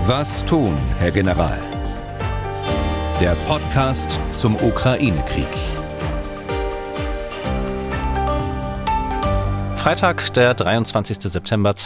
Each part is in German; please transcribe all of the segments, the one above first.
Was tun, Herr General? Der Podcast zum Ukraine-Krieg. Freitag, der 23. September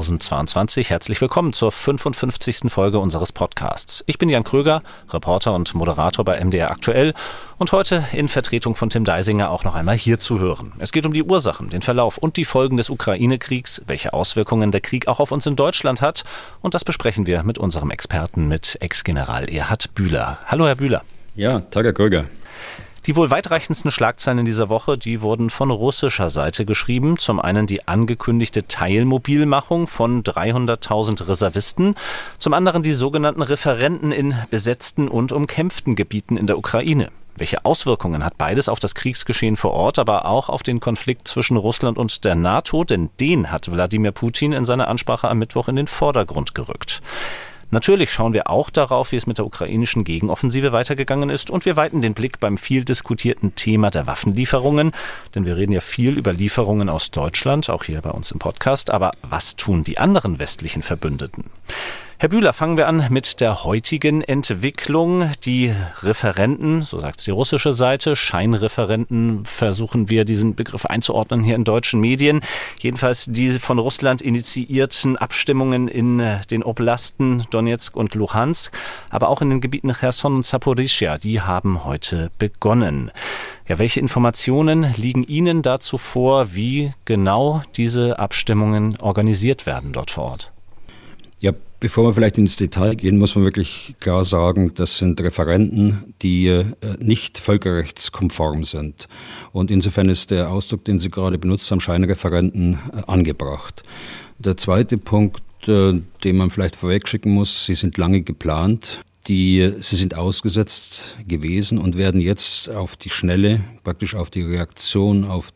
2022. Herzlich willkommen zur 55. Folge unseres Podcasts. Ich bin Jan Kröger, Reporter und Moderator bei MDR Aktuell und heute in Vertretung von Tim Deisinger auch noch einmal hier zu hören. Es geht um die Ursachen, den Verlauf und die Folgen des Ukraine-Kriegs, welche Auswirkungen der Krieg auch auf uns in Deutschland hat, und das besprechen wir mit unserem Experten, mit Ex-General Erhard Bühler. Hallo, Herr Bühler. Ja, Tag, Herr Kröger. Die wohl weitreichendsten Schlagzeilen dieser Woche, die wurden von russischer Seite geschrieben. Zum einen die angekündigte Teilmobilmachung von 300.000 Reservisten, zum anderen die sogenannten Referenden in besetzten und umkämpften Gebieten in der Ukraine. Welche Auswirkungen hat beides auf das Kriegsgeschehen vor Ort, aber auch auf den Konflikt zwischen Russland und der NATO? Denn den hat Wladimir Putin in seiner Ansprache am Mittwoch in den Vordergrund gerückt. Natürlich schauen wir auch darauf, wie es mit der ukrainischen Gegenoffensive weitergegangen ist, und wir weiten den Blick beim viel diskutierten Thema der Waffenlieferungen, denn wir reden ja viel über Lieferungen aus Deutschland, auch hier bei uns im Podcast, aber was tun die anderen westlichen Verbündeten? Herr Bühler, fangen wir an mit der heutigen Entwicklung. Die Referenden, so sagt es die russische Seite, Scheinreferenden, versuchen wir diesen Begriff einzuordnen hier in deutschen Medien. Jedenfalls die von Russland initiierten Abstimmungen in den Oblasten Donetsk und Luhansk, aber auch in den Gebieten Cherson und Saporischschja, die haben heute begonnen. Ja, welche Informationen liegen Ihnen dazu vor, wie genau diese Abstimmungen organisiert werden dort vor Ort? Ja, bevor wir vielleicht ins Detail gehen, muss man wirklich klar sagen, das sind Referenden, die nicht völkerrechtskonform sind. Und insofern ist der Ausdruck, den Sie gerade benutzt haben, Scheinreferenden, angebracht. Der zweite Punkt, den man vielleicht vorwegschicken muss, sie sind lange geplant. Sie sind ausgesetzt gewesen und werden jetzt auf die Schnelle, praktisch auf die Reaktion auf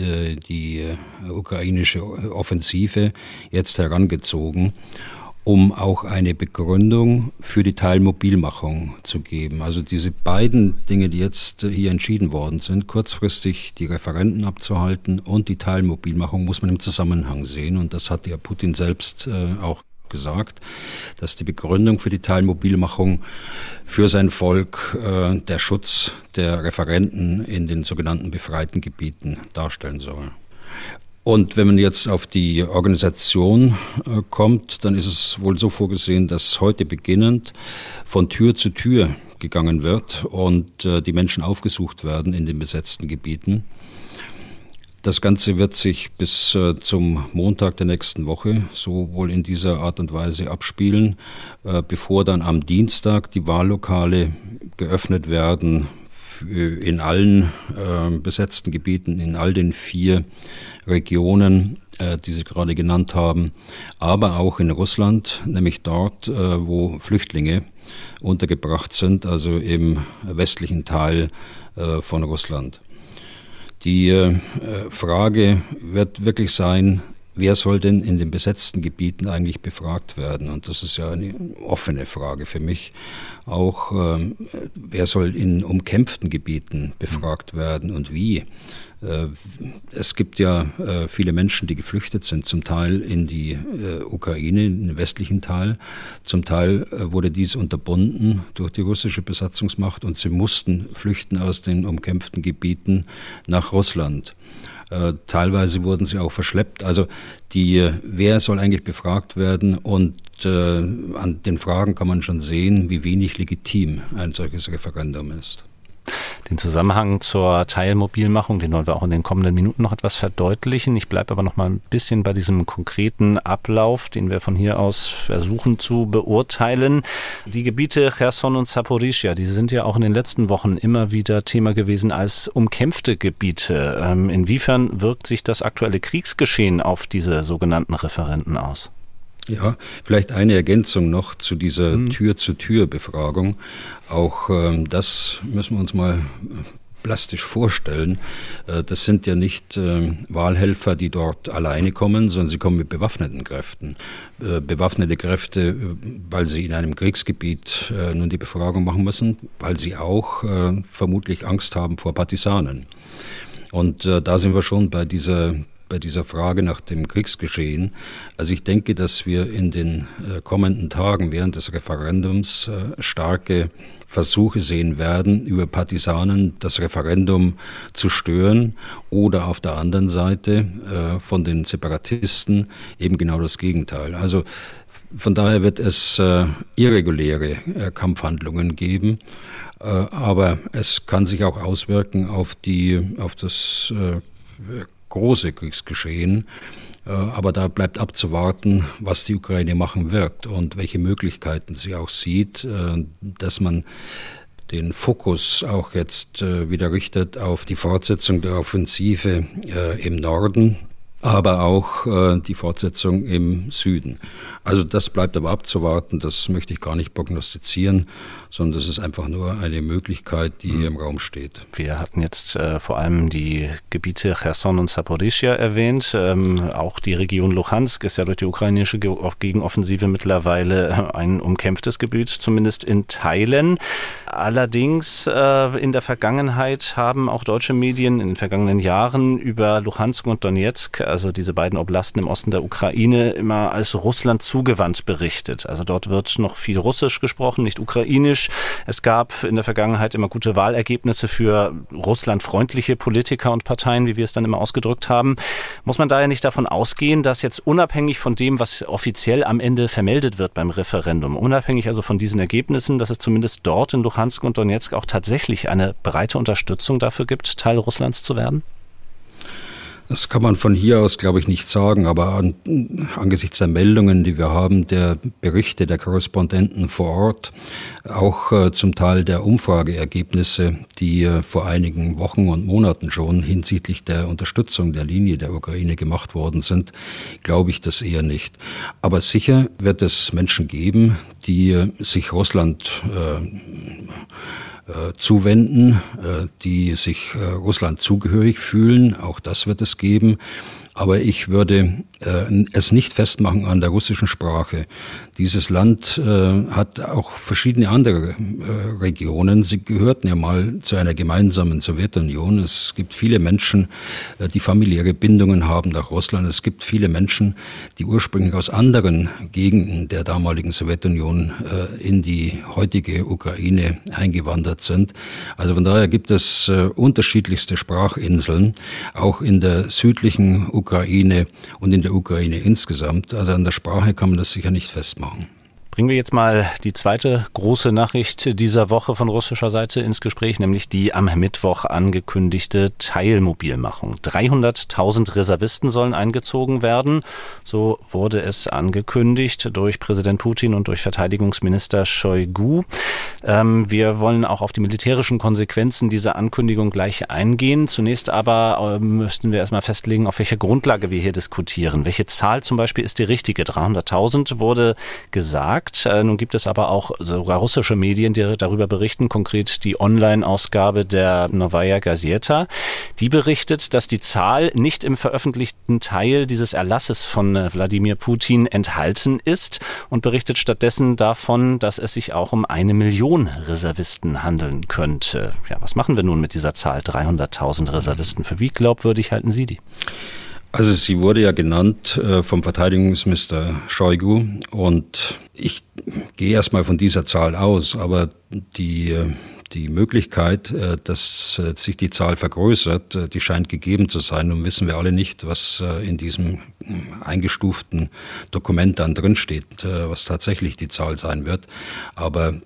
die ukrainische Offensive jetzt herangezogen, um auch eine Begründung für die Teilmobilmachung zu geben. Also diese beiden Dinge, die jetzt hier entschieden worden sind, kurzfristig die Referenden abzuhalten und die Teilmobilmachung, muss man im Zusammenhang sehen. Und das hat ja Putin selbst auch gesagt, dass die Begründung für die Teilmobilmachung für sein Volk der Schutz der Referenden in den sogenannten befreiten Gebieten darstellen soll. Und wenn man jetzt auf die Organisation kommt, dann ist es wohl so vorgesehen, dass heute beginnend von Tür zu Tür gegangen wird und die Menschen aufgesucht werden in den besetzten Gebieten. Das Ganze wird sich bis zum Montag der nächsten Woche so wohl in dieser Art und Weise abspielen, bevor dann am Dienstag die Wahllokale geöffnet werden in allen besetzten Gebieten, in all den 4 Regionen, die Sie gerade genannt haben, aber auch in Russland, nämlich dort, wo Flüchtlinge untergebracht sind, also im westlichen Teil von Russland. Die Frage wird wirklich sein, wer soll denn in den besetzten Gebieten eigentlich befragt werden? Und das ist ja eine offene Frage für mich. Auch wer soll in umkämpften Gebieten befragt werden und wie? Es gibt ja viele Menschen, die geflüchtet sind, zum Teil in die Ukraine, in den westlichen Teil. Zum Teil wurde dies unterbunden durch die russische Besatzungsmacht und sie mussten flüchten aus den umkämpften Gebieten nach Russland. Teilweise wurden sie auch verschleppt. Also wer soll eigentlich befragt werden? Und an den Fragen kann man schon sehen, wie wenig legitim ein solches Referendum ist. Den Zusammenhang zur Teilmobilmachung, den wollen wir auch in den kommenden Minuten noch etwas verdeutlichen. Ich bleibe aber noch mal ein bisschen bei diesem konkreten Ablauf, den wir von hier aus versuchen zu beurteilen. Die Gebiete Cherson und Saporischschja, die sind ja auch in den letzten Wochen immer wieder Thema gewesen als umkämpfte Gebiete. Inwiefern wirkt sich das aktuelle Kriegsgeschehen auf diese sogenannten Referenden aus? Ja, vielleicht eine Ergänzung noch zu dieser Tür-zu-Tür-Befragung. Auch das müssen wir uns mal plastisch vorstellen. Das sind ja nicht Wahlhelfer, die dort alleine kommen, sondern sie kommen mit bewaffneten Kräften. Bewaffnete Kräfte, weil sie in einem Kriegsgebiet nun die Befragung machen müssen, weil sie auch vermutlich Angst haben vor Partisanen. Und da sind wir schon bei dieser bei dieser Frage nach dem Kriegsgeschehen. Also ich denke, dass wir in den kommenden Tagen während des Referendums starke Versuche sehen werden, über Partisanen das Referendum zu stören oder auf der anderen Seite von den Separatisten eben genau das Gegenteil. Also von daher wird es irreguläre Kampfhandlungen geben, aber es kann sich auch auswirken auf das große Kriegsgeschehen. Aber da bleibt abzuwarten, was die Ukraine machen wird und welche Möglichkeiten sie auch sieht, dass man den Fokus auch jetzt wieder richtet auf die Fortsetzung der Offensive im Norden, aber auch die Fortsetzung im Süden. Also das bleibt aber abzuwarten, das möchte ich gar nicht prognostizieren, sondern das ist einfach nur eine Möglichkeit, die hier im Raum steht. Wir hatten jetzt vor allem die Gebiete Cherson und Saporischschja erwähnt. Auch die Region Luhansk ist ja durch die ukrainische Gegenoffensive mittlerweile ein umkämpftes Gebiet, zumindest in Teilen. Allerdings in der Vergangenheit haben auch deutsche Medien in den vergangenen Jahren über Luhansk und Donetsk, also diese beiden Oblasten im Osten der Ukraine, immer als Russland zugewandt berichtet. Also dort wird noch viel Russisch gesprochen, nicht Ukrainisch. Es gab in der Vergangenheit immer gute Wahlergebnisse für russlandfreundliche Politiker und Parteien, wie wir es dann immer ausgedrückt haben. Muss man daher nicht davon ausgehen, dass jetzt unabhängig von dem, was offiziell am Ende vermeldet wird beim Referendum, unabhängig also von diesen Ergebnissen, dass es zumindest dort in Luhansk und Donetsk auch tatsächlich eine breite Unterstützung dafür gibt, Teil Russlands zu werden? Das kann man von hier aus, glaube ich, nicht sagen, aber angesichts der Meldungen, die wir haben, der Berichte der Korrespondenten vor Ort, auch zum Teil der Umfrageergebnisse, die vor einigen Wochen und Monaten schon hinsichtlich der Unterstützung der Linie der Ukraine gemacht worden sind, glaube ich das eher nicht. Aber sicher wird es Menschen geben, die sich Russland zuwenden, die sich Russland zugehörig fühlen. Auch das wird es geben. Aber ich würde es nicht festmachen an der russischen Sprache. Dieses Land hat auch verschiedene andere Regionen. Sie gehörten ja mal zu einer gemeinsamen Sowjetunion. Es gibt viele Menschen, die familiäre Bindungen haben nach Russland. Es gibt viele Menschen, die ursprünglich aus anderen Gegenden der damaligen Sowjetunion in die heutige Ukraine eingewandert sind. Also von daher gibt es unterschiedlichste Sprachinseln, auch in der südlichen Ukraine und in der Ukraine insgesamt. Also an der Sprache kann man das sicher nicht festmachen. Bringen wir jetzt mal die zweite große Nachricht dieser Woche von russischer Seite ins Gespräch, nämlich die am Mittwoch angekündigte Teilmobilmachung. 300.000 Reservisten sollen eingezogen werden. So wurde es angekündigt durch Präsident Putin und durch Verteidigungsminister Shoigu. Wir wollen auch auf die militärischen Konsequenzen dieser Ankündigung gleich eingehen. Zunächst aber müssten wir erstmal festlegen, auf welcher Grundlage wir hier diskutieren. Welche Zahl zum Beispiel ist die richtige? 300.000 wurde gesagt. Nun gibt es aber auch sogar russische Medien, die darüber berichten, konkret die Online-Ausgabe der Novaya Gazeta. Die berichtet, dass die Zahl nicht im veröffentlichten Teil dieses Erlasses von Wladimir Putin enthalten ist und berichtet stattdessen davon, dass es sich auch um 1 Million Reservisten handeln könnte. Ja, was machen wir nun mit dieser Zahl 300.000 Reservisten? Für wie glaubwürdig halten Sie die? Also sie wurde ja genannt vom Verteidigungsminister Shoigu und ich gehe erstmal von dieser Zahl aus, aber die Möglichkeit, dass sich die Zahl vergrößert, die scheint gegeben zu sein. Nun wissen wir alle nicht, was in diesem eingestuften Dokument dann drinsteht, was tatsächlich die Zahl sein wird. Aber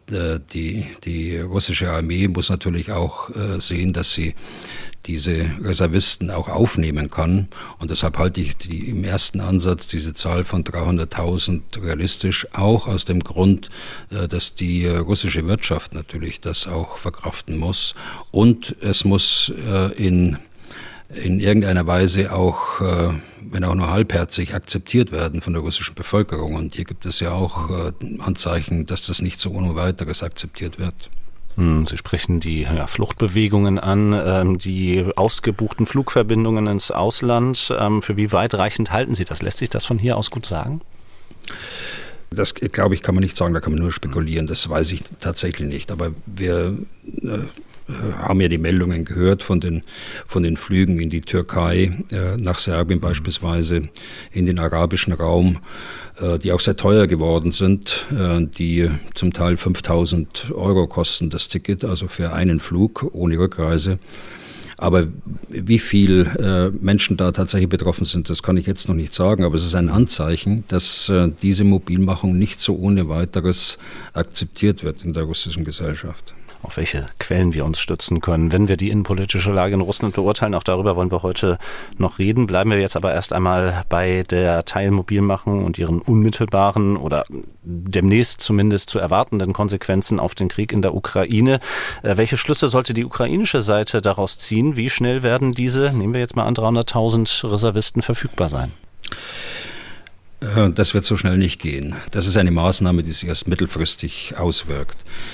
die russische Armee muss natürlich auch sehen, dass sie diese Reservisten auch aufnehmen kann. Und deshalb halte ich im ersten Ansatz diese Zahl von 300.000 realistisch, auch aus dem Grund, dass die russische Wirtschaft natürlich das auch verkraften muss. Und es muss in irgendeiner Weise auch, wenn auch nur halbherzig, akzeptiert werden von der russischen Bevölkerung. Und hier gibt es ja auch Anzeichen, dass das nicht so ohne weiteres akzeptiert wird. Sie sprechen die Fluchtbewegungen an, die ausgebuchten Flugverbindungen ins Ausland. Für wie weitreichend halten Sie das? Lässt sich das von hier aus gut sagen? Das, glaube ich, kann man nicht sagen, da kann man nur spekulieren. Das weiß ich tatsächlich nicht. Aber wir haben ja die Meldungen gehört von den Flügen in die Türkei, nach Serbien beispielsweise, in den arabischen Raum, die auch sehr teuer geworden sind, die zum Teil 5.000 Euro kosten das Ticket, also für einen Flug ohne Rückreise. Aber wie viel Menschen da tatsächlich betroffen sind, das kann ich jetzt noch nicht sagen. Aber es ist ein Anzeichen, dass diese Mobilmachung nicht so ohne weiteres akzeptiert wird in der russischen Gesellschaft. Auf welche Quellen wir uns stützen können, wenn wir die innenpolitische Lage in Russland beurteilen. Auch darüber wollen wir heute noch reden. Bleiben wir jetzt aber erst einmal bei der Teilmobilmachung und ihren unmittelbaren oder demnächst zumindest zu erwartenden Konsequenzen auf den Krieg in der Ukraine. Welche Schlüsse sollte die ukrainische Seite daraus ziehen? Wie schnell werden diese, nehmen wir jetzt mal an, 300.000 Reservisten verfügbar sein? Das wird so schnell nicht gehen. Das ist eine Maßnahme, die sich erst mittelfristig auswirkt.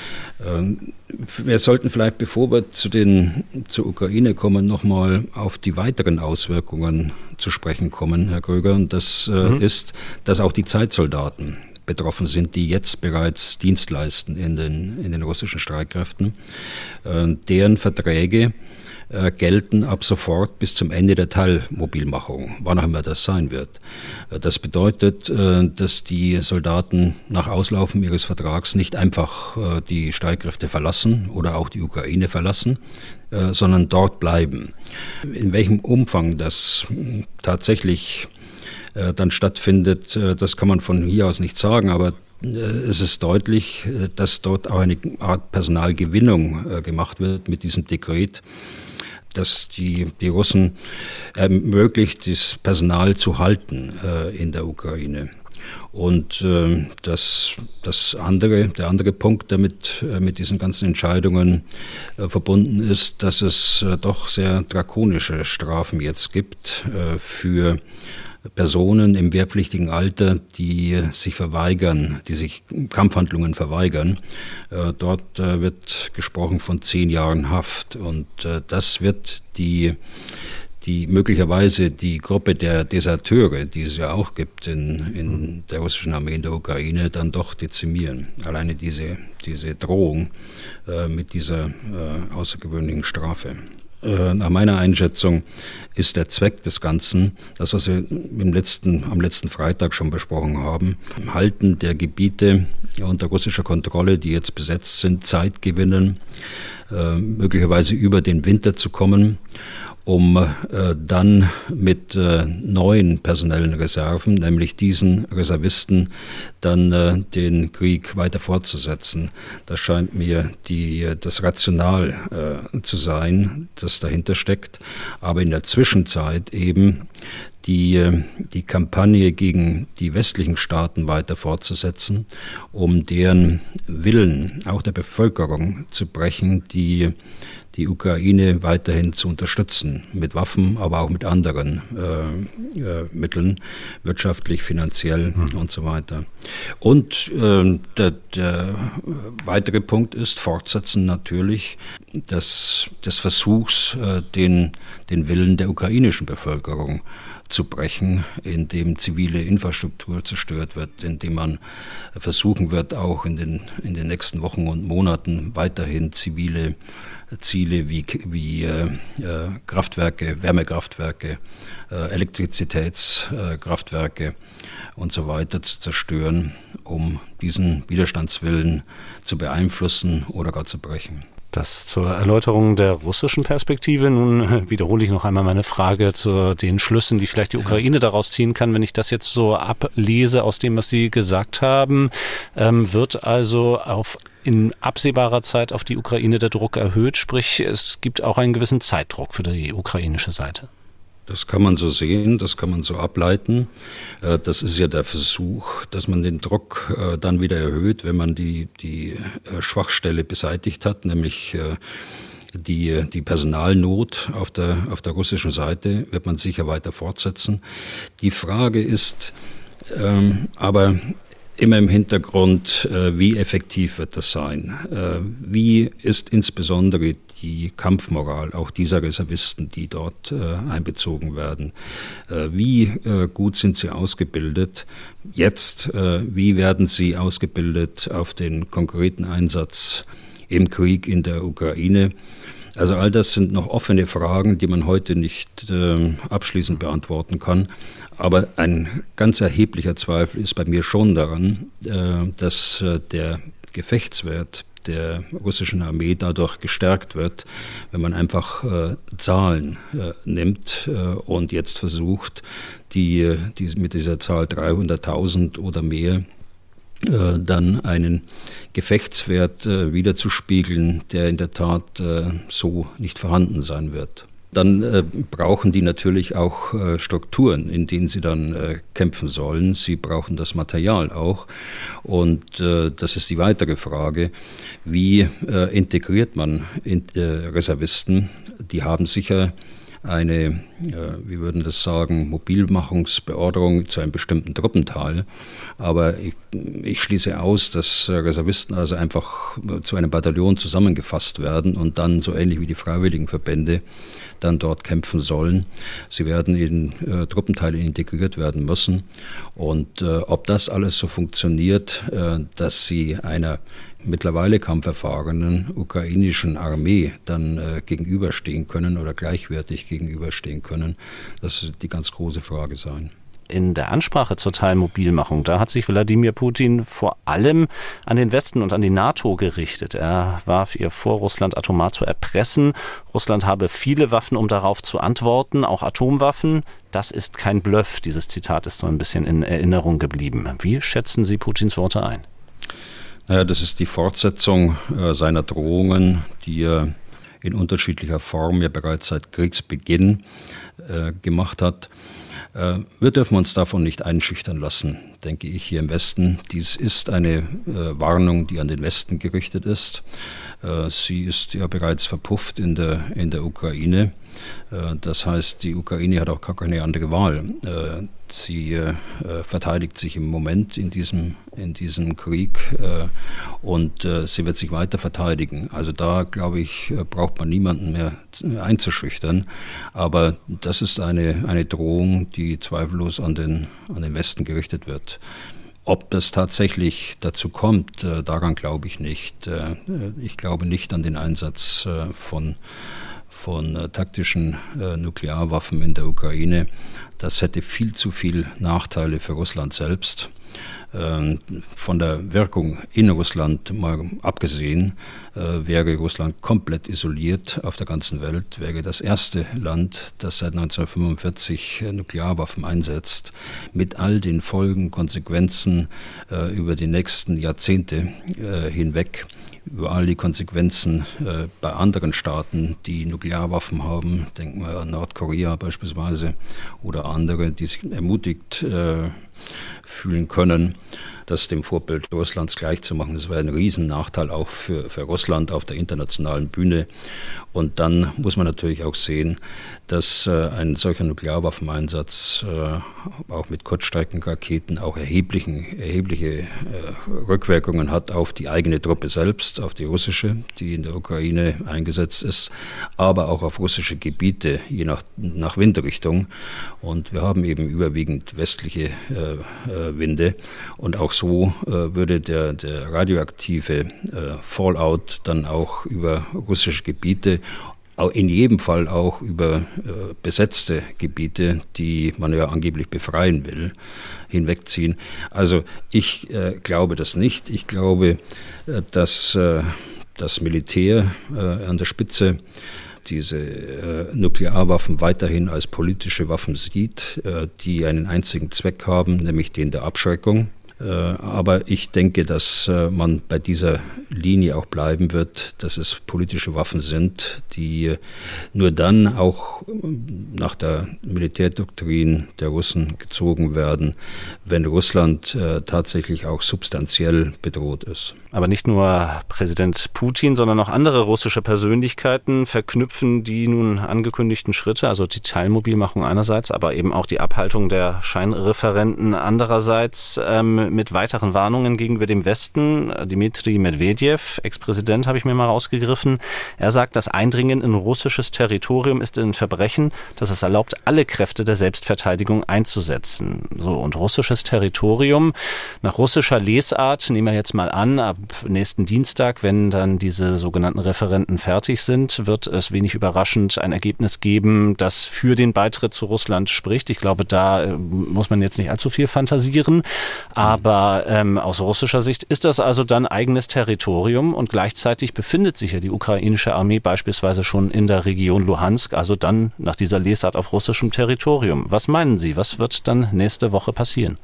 Wir sollten vielleicht, bevor wir zur Ukraine kommen, nochmal auf die weiteren Auswirkungen zu sprechen kommen, Herr Kröger. Und das ist, dass auch die Zeitsoldaten betroffen sind, die jetzt bereits Dienst leisten in den russischen Streitkräften. Deren Verträge gelten ab sofort bis zum Ende der Teilmobilmachung, wann auch immer das sein wird. Das bedeutet, dass die Soldaten nach Auslaufen ihres Vertrags nicht einfach die Streitkräfte verlassen oder auch die Ukraine verlassen, sondern dort bleiben. In welchem Umfang das tatsächlich dann stattfindet, das kann man von hier aus nicht sagen, aber es ist deutlich, dass dort auch eine Art Personalgewinnung gemacht wird mit diesem Dekret, dass die Russen ermöglicht, das Personal zu halten in der Ukraine. Und der andere Punkt, der mit diesen ganzen Entscheidungen verbunden ist, dass es doch sehr drakonische Strafen jetzt gibt für Personen im wehrpflichtigen Alter, die sich Kampfhandlungen verweigern. Dort wird gesprochen von 10 Jahren Haft. Und das wird die möglicherweise die Gruppe der Deserteure, die es ja auch gibt in der russischen Armee in der Ukraine, dann doch dezimieren. Alleine diese Drohung mit dieser außergewöhnlichen Strafe. Nach meiner Einschätzung ist der Zweck des Ganzen, das, was wir am letzten Freitag schon besprochen haben, Halten der Gebiete unter russischer Kontrolle, die jetzt besetzt sind, Zeit gewinnen, möglicherweise über den Winter zu kommen, um dann mit neuen personellen Reserven, nämlich diesen Reservisten, dann den Krieg weiter fortzusetzen. Das scheint mir das Rational zu sein, das dahinter steckt. Aber in der Zwischenzeit eben die Kampagne gegen die westlichen Staaten weiter fortzusetzen, um deren Willen, auch der Bevölkerung, zu brechen, die Ukraine weiterhin zu unterstützen, mit Waffen, aber auch mit anderen Mitteln, wirtschaftlich, finanziell und so weiter. Und der weitere Punkt ist, fortsetzen natürlich des Versuchs, den Willen der ukrainischen Bevölkerung zu brechen, indem zivile Infrastruktur zerstört wird, indem man versuchen wird, auch in den nächsten Wochen und Monaten weiterhin zivile Ziele wie Kraftwerke, Wärmekraftwerke, Elektrizitätskraftwerke und so weiter zu zerstören, um diesen Widerstandswillen zu beeinflussen oder gar zu brechen. Das zur Erläuterung der russischen Perspektive. Nun wiederhole ich noch einmal meine Frage zu den Schlüssen, die vielleicht die Ukraine daraus ziehen kann. Wenn ich das jetzt so ablese aus dem, was Sie gesagt haben, wird also in absehbarer Zeit auf die Ukraine der Druck erhöht. Sprich, es gibt auch einen gewissen Zeitdruck für die ukrainische Seite. Das kann man so sehen, das kann man so ableiten. Das ist ja der Versuch, dass man den Druck dann wieder erhöht, wenn man die Schwachstelle beseitigt hat, nämlich die Personalnot auf der russischen Seite, wird man sicher weiter fortsetzen. Die Frage ist aber immer im Hintergrund, wie effektiv wird das sein? Wie ist insbesondere die Kampfmoral auch dieser Reservisten, die dort einbezogen werden? Wie gut sind sie ausgebildet? Jetzt, wie werden sie ausgebildet auf den konkreten Einsatz im Krieg in der Ukraine. Also all das sind noch offene Fragen, die man heute nicht abschließend beantworten kann. Aber ein ganz erheblicher Zweifel ist bei mir schon daran, dass der Gefechtswert der russischen Armee dadurch gestärkt wird, wenn man einfach Zahlen nimmt und jetzt versucht, die mit dieser Zahl 300.000 oder mehr dann einen Gefechtswert widerzuspiegeln, der in der Tat so nicht vorhanden sein wird. Dann brauchen die natürlich auch Strukturen, in denen sie dann kämpfen sollen. Sie brauchen das Material auch. Und das ist die weitere Frage, wie integriert man Reservisten? Die haben sicher eine, wie würden das sagen, Mobilmachungsbeorderung zu einem bestimmten Truppenteil. Aber ich schließe aus, dass Reservisten also einfach zu einem Bataillon zusammengefasst werden und dann so ähnlich wie die Freiwilligenverbände dann dort kämpfen sollen. Sie werden in Truppenteile integriert werden müssen. Und ob das alles so funktioniert, dass sie einer mittlerweile kampferfahrenen ukrainischen Armee dann gegenüberstehen können oder gleichwertig gegenüberstehen können, das wird die ganz große Frage sein. In der Ansprache zur Teilmobilmachung, da hat sich Wladimir Putin vor allem an den Westen und an die NATO gerichtet. Er warf ihr vor, Russland atomar zu erpressen. Russland habe viele Waffen, um darauf zu antworten, auch Atomwaffen. Das ist kein Bluff. Dieses Zitat ist so ein bisschen in Erinnerung geblieben. Wie schätzen Sie Putins Worte ein? Naja, das ist die Fortsetzung seiner Drohungen, die er in unterschiedlicher Form ja bereits seit Kriegsbeginn gemacht hat. Wir dürfen uns davon nicht einschüchtern lassen, denke ich, hier im Westen. Dies ist eine Warnung, die an den Westen gerichtet ist. Sie ist ja bereits verpufft in der Ukraine. Das heißt, die Ukraine hat auch gar keine andere Wahl. Sie verteidigt sich im Moment in diesem Krieg und sie wird sich weiter verteidigen. Also da, glaube ich, braucht man niemanden mehr einzuschüchtern. Aber das ist eine Drohung, die zweifellos an den Westen gerichtet wird. Ob das tatsächlich dazu kommt, daran glaube ich nicht. Ich glaube nicht an den Einsatz von taktischen Nuklearwaffen in der Ukraine. Das hätte viel zu viel Nachteile für Russland selbst. Von der Wirkung in Russland mal abgesehen, wäre Russland komplett isoliert auf der ganzen Welt, wäre das erste Land, das seit 1945 Nuklearwaffen einsetzt, mit all den Folgen, Konsequenzen über die nächsten Jahrzehnte hinweg. Über all die Konsequenzen bei anderen Staaten, die Nuklearwaffen haben, denken wir an Nordkorea beispielsweise oder andere, die sich ermutigt fühlen können, das dem Vorbild Russlands gleichzumachen. Das wäre ein Riesennachteil auch für Russland auf der internationalen Bühne. Und dann muss man natürlich auch sehen, dass ein solcher Nuklearwaffeneinsatz auch mit Kurzstreckenraketen auch erhebliche Rückwirkungen hat auf die eigene Truppe selbst, auf die russische, die in der Ukraine eingesetzt ist, aber auch auf russische Gebiete, je nach Windrichtung. Und wir haben eben überwiegend westliche Winde. Und auch so würde der radioaktive Fallout dann auch über russische Gebiete, in jedem Fall auch über besetzte Gebiete, die man ja angeblich befreien will, hinwegziehen. Also ich glaube das nicht. Ich glaube, dass das Militär an der Spitze diese Nuklearwaffen weiterhin als politische Waffen sieht, die einen einzigen Zweck haben, nämlich den der Abschreckung. Aber ich denke, dass man bei dieser Linie auch bleiben wird, dass es politische Waffen sind, die nur dann auch nach der Militärdoktrin der Russen gezogen werden, wenn Russland tatsächlich auch substanziell bedroht ist. Aber nicht nur Präsident Putin, sondern auch andere russische Persönlichkeiten verknüpfen die nun angekündigten Schritte, also die Teilmobilmachung einerseits, aber eben auch die Abhaltung der Scheinreferenden andererseits, mit weiteren Warnungen gegenüber dem Westen. Dmitri Medvedev, Ex-Präsident, habe ich mir mal rausgegriffen. Er sagt, das Eindringen in russisches Territorium ist ein Verbrechen, das es erlaubt, alle Kräfte der Selbstverteidigung einzusetzen. So, und russisches Territorium, nach russischer Lesart, nehmen wir jetzt mal an, ab nächsten Dienstag, wenn dann diese sogenannten Referenden fertig sind, wird es wenig überraschend ein Ergebnis geben, das für den Beitritt zu Russland spricht. Ich glaube, da muss man jetzt nicht allzu viel fantasieren. Aber aus russischer Sicht ist das also dann eigenes Territorium und gleichzeitig befindet sich ja die ukrainische Armee beispielsweise schon in der Region Luhansk, also dann nach dieser Lesart auf russischem Territorium. Was meinen Sie, was wird dann nächste Woche passieren?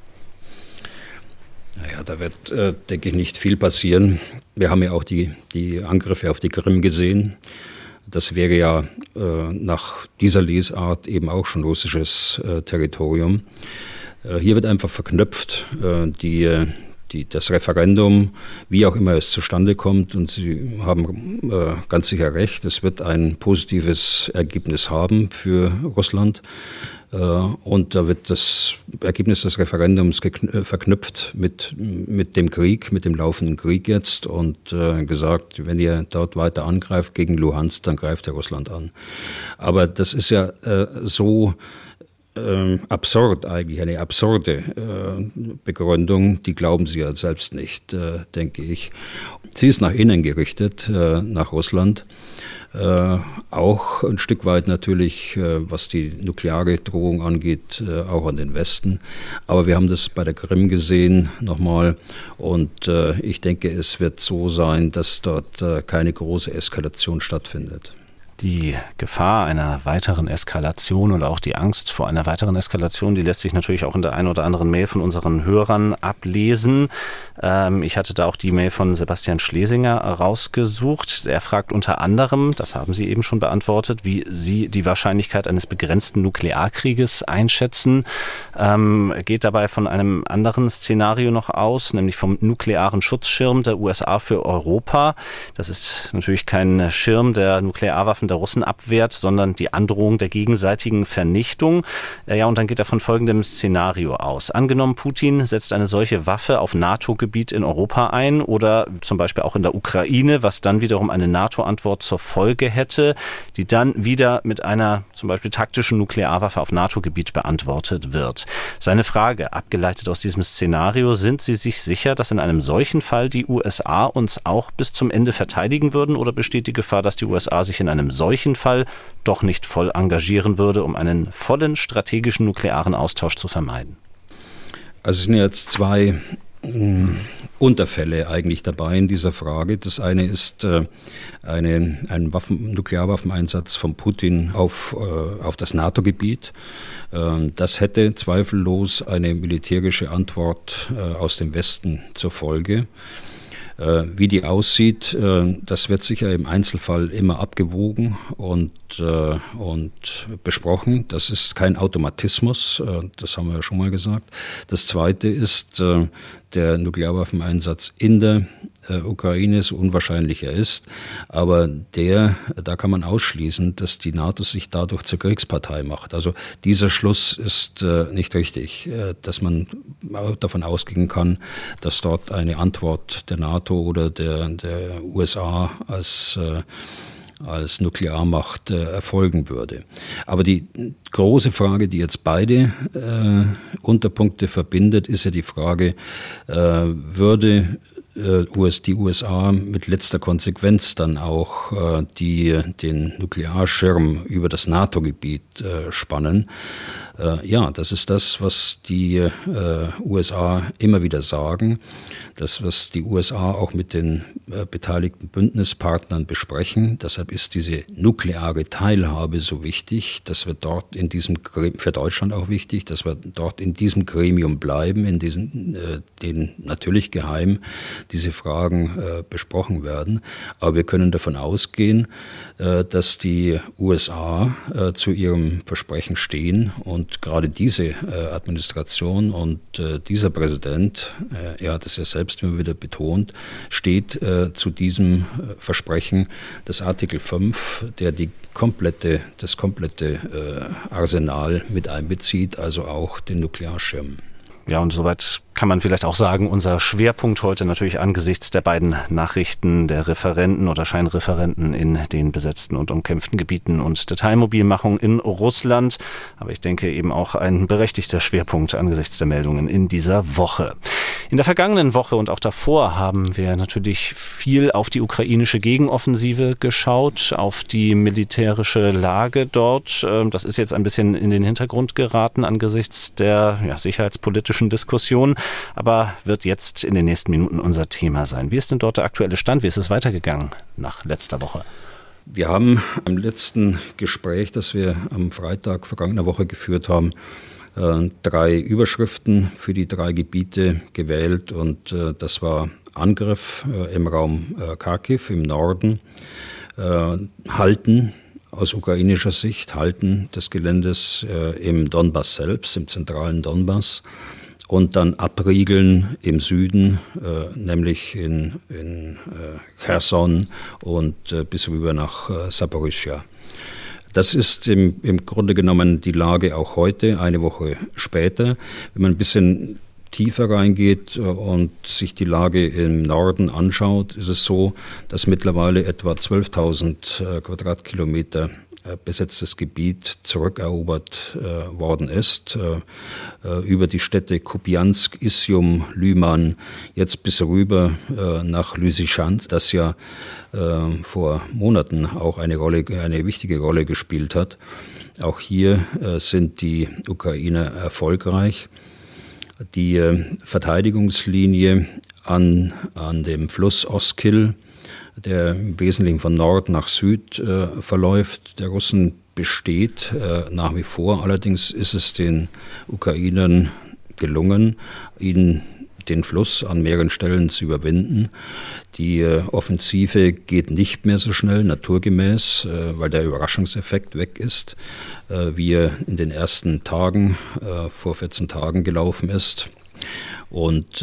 Naja, da wird, denke ich, nicht viel passieren. Wir haben ja auch die Angriffe auf die Krim gesehen. Das wäre ja nach dieser Lesart eben auch schon russisches Territorium. Hier wird einfach verknüpft das Referendum, wie auch immer es zustande kommt. Und Sie haben ganz sicher recht, es wird ein positives Ergebnis haben für Russland. Und da wird das Ergebnis des Referendums verknüpft mit dem Krieg, mit dem laufenden Krieg jetzt und gesagt, wenn ihr dort weiter angreift gegen Luhansk, dann greift ihr Russland an. Aber das ist ja so absurd eigentlich, eine absurde Begründung, die glauben Sie ja selbst nicht, denke ich. Sie ist nach innen gerichtet, nach Russland. Auch ein Stück weit natürlich, was die nukleare Drohung angeht, auch an den Westen. Aber wir haben das bei der Krim gesehen nochmal und ich denke, es wird so sein, dass dort keine große Eskalation stattfindet. Die Gefahr einer weiteren Eskalation oder auch die Angst vor einer weiteren Eskalation, die lässt sich natürlich auch in der einen oder anderen Mail von unseren Hörern ablesen. Ich hatte da auch die Mail von Sebastian Schlesinger rausgesucht. Er fragt unter anderem, das haben Sie eben schon beantwortet, wie Sie die Wahrscheinlichkeit eines begrenzten Nuklearkrieges einschätzen. Geht dabei von einem anderen Szenario noch aus, nämlich vom nuklearen Schutzschirm der USA für Europa. Das ist natürlich kein Schirm der Nuklearwaffen der Russen abwehrt, sondern die Androhung der gegenseitigen Vernichtung. Ja, und dann geht er von folgendem Szenario aus. Angenommen, Putin setzt eine solche Waffe auf NATO-Gebiet in Europa ein oder zum Beispiel auch in der Ukraine, was dann wiederum eine NATO-Antwort zur Folge hätte, die dann wieder mit einer zum Beispiel taktischen Nuklearwaffe auf NATO-Gebiet beantwortet wird. Seine Frage, abgeleitet aus diesem Szenario, sind Sie sich sicher, dass in einem solchen Fall die USA uns auch bis zum Ende verteidigen würden oder besteht die Gefahr, dass die USA sich in einem solchen Fall doch nicht voll engagieren würde, um einen vollen strategischen nuklearen Austausch zu vermeiden? Also es sind jetzt zwei Unterfälle eigentlich dabei in dieser Frage. Das eine ist ein Nuklearwaffeneinsatz von Putin auf das NATO-Gebiet. Das hätte zweifellos eine militärische Antwort aus dem Westen zur Folge. Wie die aussieht, das wird sicher im Einzelfall immer abgewogen und besprochen. Das ist kein Automatismus, das haben wir ja schon mal gesagt. Das Zweite ist der Nuklearwaffeneinsatz in der Ukraine, so unwahrscheinlich er ist. Aber da kann man ausschließen, dass die NATO sich dadurch zur Kriegspartei macht. Also dieser Schluss ist nicht richtig, dass man davon ausgehen kann, dass dort eine Antwort der NATO oder der USA als Nuklearmacht erfolgen würde. Aber die große Frage, die jetzt beide Unterpunkte verbindet, ist ja die Frage, würde die USA mit letzter Konsequenz dann auch den Nuklearschirm über das NATO-Gebiet spannen. Ja, das ist das, was die USA immer wieder sagen. Das, was die USA auch mit den beteiligten Bündnispartnern besprechen. Deshalb ist diese nukleare Teilhabe so wichtig, dass wir dort für Deutschland auch wichtig, dass wir dort in diesem Gremium bleiben, in denen natürlich geheim diese Fragen besprochen werden. Aber wir können davon ausgehen, dass die USA zu ihrem Versprechen stehen und gerade diese Administration und dieser Präsident, er hat es ja selbst immer wieder betont, steht zu diesem Versprechen des Artikel 5, der das komplette Arsenal mit einbezieht, also auch den Nuklearschirm. Ja, und soweit kann man vielleicht auch sagen, unser Schwerpunkt heute natürlich angesichts der beiden Nachrichten der Referenden oder Scheinreferenden in den besetzten und umkämpften Gebieten und der Teilmobilmachung in Russland. Aber ich denke eben auch ein berechtigter Schwerpunkt angesichts der Meldungen in dieser Woche. In der vergangenen Woche und auch davor haben wir natürlich viel auf die ukrainische Gegenoffensive geschaut, auf die militärische Lage dort. Das ist jetzt ein bisschen in den Hintergrund geraten angesichts der sicherheitspolitischen Diskussion, aber wird jetzt in den nächsten Minuten unser Thema sein. Wie ist denn dort der aktuelle Stand? Wie ist es weitergegangen nach letzter Woche? Wir haben im letzten Gespräch, das wir am Freitag vergangener Woche geführt haben, 3 Überschriften für die 3 Gebiete gewählt und das war Angriff im Raum Kharkiv im Norden, Halten aus ukrainischer Sicht, Halten des Geländes im Donbass selbst, im zentralen Donbass und dann Abriegeln im Süden, nämlich in Cherson und bis rüber nach Saporischschja. Das ist im Grunde genommen die Lage auch heute, eine Woche später. Wenn man ein bisschen tiefer reingeht und sich die Lage im Norden anschaut, ist es so, dass mittlerweile etwa 12.000 Quadratkilometer besetztes Gebiet zurückerobert worden ist, über die Städte Kupiansk, Isium, Lyman, jetzt bis rüber nach Lysychansk, das ja vor Monaten auch eine wichtige Rolle gespielt hat. Auch hier sind die Ukrainer erfolgreich. Die Verteidigungslinie an dem Fluss Oskil, der im Wesentlichen von Nord nach Süd verläuft, der Russen besteht nach wie vor. Allerdings ist es den Ukrainern gelungen, den Fluss an mehreren Stellen zu überwinden. Die Offensive geht nicht mehr so schnell, naturgemäß, weil der Überraschungseffekt weg ist, wie er in den ersten Tagen, vor 14 Tagen gelaufen ist. Und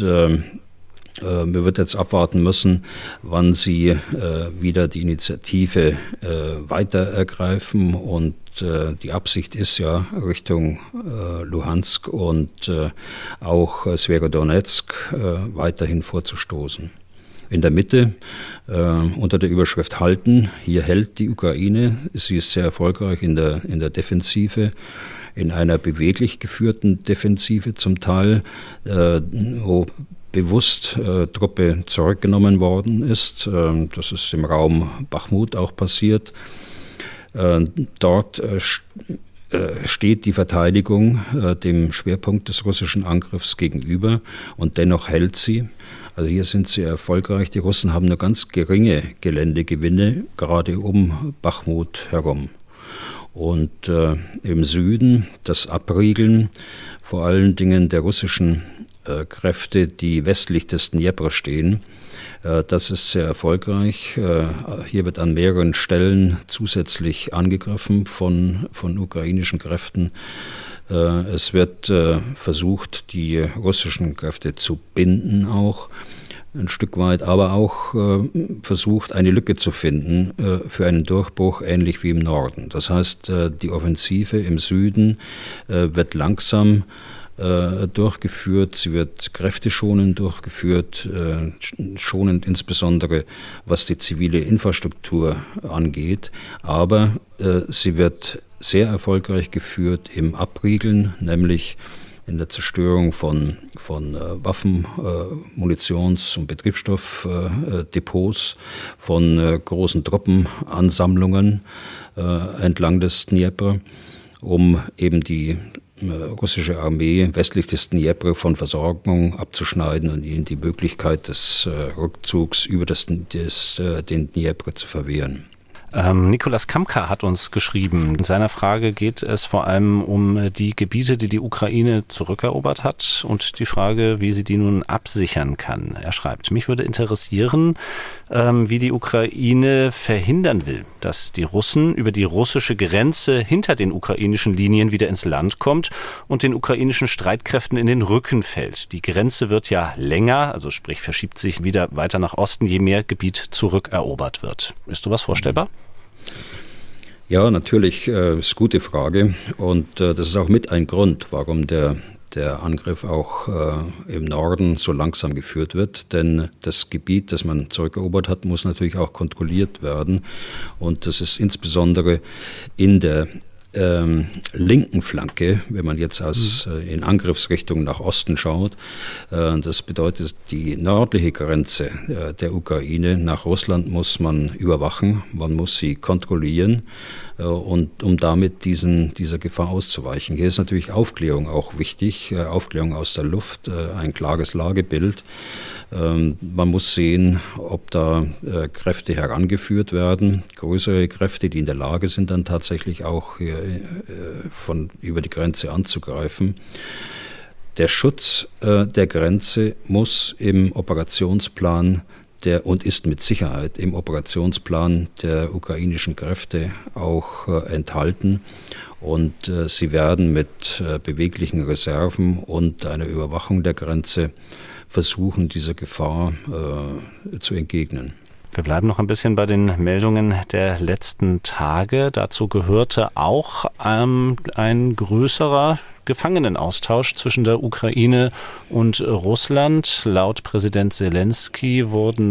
wir wird jetzt abwarten müssen, wann sie wieder die Initiative weiter ergreifen. Und die Absicht ist ja, Richtung Luhansk und auch Swerodonetsk weiterhin vorzustoßen. In der Mitte, unter der Überschrift Halten, hier hält die Ukraine. Sie ist sehr erfolgreich in der Defensive, in einer beweglich geführten Defensive zum Teil, wo bewusst Truppe zurückgenommen worden ist. Das ist im Raum Bachmut auch passiert. Dort steht die Verteidigung dem Schwerpunkt des russischen Angriffs gegenüber und dennoch hält sie. Also hier sind sie erfolgreich. Die Russen haben nur ganz geringe Geländegewinne, gerade um Bachmut herum. Und im Süden das Abriegeln vor allen Dingen der russischen Kräfte, die westlich des Dnjepr stehen. Das ist sehr erfolgreich. Hier wird an mehreren Stellen zusätzlich angegriffen von ukrainischen Kräften. Es wird versucht, die russischen Kräfte zu binden auch ein Stück weit, aber auch versucht, eine Lücke zu finden für einen Durchbruch, ähnlich wie im Norden. Das heißt, die Offensive im Süden wird langsam durchgeführt, sie wird kräfteschonend durchgeführt, schonend insbesondere was die zivile Infrastruktur angeht, aber sie wird sehr erfolgreich geführt im Abriegeln, nämlich in der Zerstörung von Waffen, Munitions- und Betriebsstoffdepots, von großen Truppenansammlungen entlang des Dnjepr, um eben die russische Armee westlich des Dnjepr von Versorgung abzuschneiden und ihnen die Möglichkeit des Rückzugs über den Dnjepr zu verwehren. Nikolas Kamka hat uns geschrieben. In seiner Frage geht es vor allem um die Gebiete, die die Ukraine zurückerobert hat und die Frage, wie sie die nun absichern kann. Er schreibt, mich würde interessieren, wie die Ukraine verhindern will, dass die Russen über die russische Grenze hinter den ukrainischen Linien wieder ins Land kommt und den ukrainischen Streitkräften in den Rücken fällt. Die Grenze wird ja länger, also sprich verschiebt sich wieder weiter nach Osten, je mehr Gebiet zurückerobert wird. Ist sowas vorstellbar? Ja, natürlich, ist eine gute Frage und das ist auch mit ein Grund, warum der der Angriff auch im Norden so langsam geführt wird. Denn das Gebiet, das man zurückerobert hat, muss natürlich auch kontrolliert werden. Und das ist insbesondere in der linken Flanke, wenn man jetzt in Angriffsrichtung nach Osten schaut. Das bedeutet, die nördliche Grenze der Ukraine nach Russland muss man überwachen, man muss sie kontrollieren, und um damit dieser Gefahr auszuweichen. Hier ist natürlich Aufklärung auch wichtig, Aufklärung aus der Luft, ein klares Lagebild. Man muss sehen, ob da Kräfte herangeführt werden, größere Kräfte, die in der Lage sind, dann tatsächlich auch über die Grenze anzugreifen. Der Schutz der Grenze muss im Operationsplan und ist mit Sicherheit im Operationsplan der ukrainischen Kräfte auch enthalten. Und sie werden mit beweglichen Reserven und einer Überwachung der Grenze versuchen, dieser Gefahr zu entgegnen. Wir bleiben noch ein bisschen bei den Meldungen der letzten Tage. Dazu gehörte auch ein größerer Gefangenenaustausch zwischen der Ukraine und Russland. Laut Präsident Zelensky wurden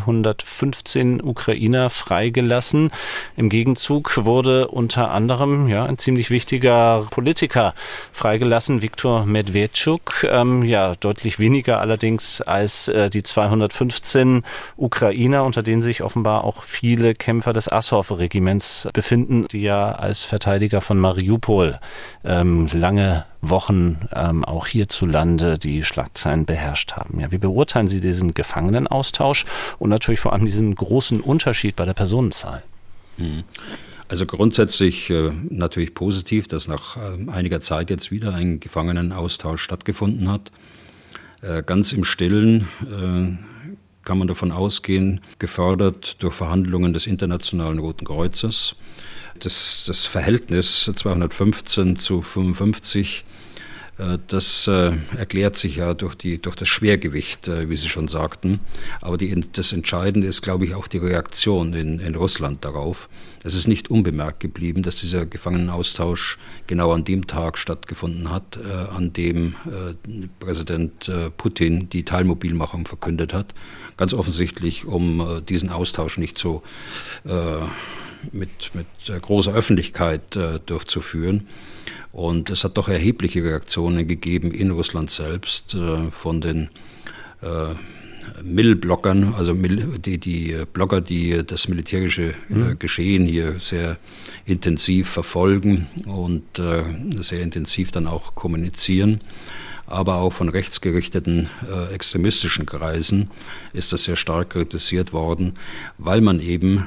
215 Ukrainer freigelassen. Im Gegenzug wurde unter anderem ein ziemlich wichtiger Politiker freigelassen, Viktor Medvedchuk. Deutlich weniger allerdings als die 215 Ukrainer, unter denen sich offenbar auch viele Kämpfer des Assow-Regiments befinden, die ja als Verteidiger von Mariupol lange Wochen auch hierzulande die Schlagzeilen beherrscht haben. Ja, wie beurteilen Sie diesen Gefangenenaustausch und natürlich vor allem diesen großen Unterschied bei der Personenzahl? Also grundsätzlich natürlich positiv, dass nach einiger Zeit jetzt wieder ein Gefangenenaustausch stattgefunden hat. Ganz im Stillen kann man davon ausgehen, gefördert durch Verhandlungen des Internationalen Roten Kreuzes. Das Verhältnis 215 zu 55, das erklärt sich ja durch das Schwergewicht, wie Sie schon sagten. Aber das Entscheidende ist, glaube ich, auch die Reaktion in Russland darauf. Es ist nicht unbemerkt geblieben, dass dieser Gefangenenaustausch genau an dem Tag stattgefunden hat, an dem Präsident Putin die Teilmobilmachung verkündet hat. Ganz offensichtlich, um diesen Austausch nicht so mit großer Öffentlichkeit durchzuführen. Und es hat doch erhebliche Reaktionen gegeben in Russland selbst von den Mill-Bloggern, also die Blogger, die das militärische Geschehen hier sehr intensiv verfolgen und sehr intensiv dann auch kommunizieren. Aber auch von rechtsgerichteten extremistischen Kreisen ist das sehr stark kritisiert worden, weil man eben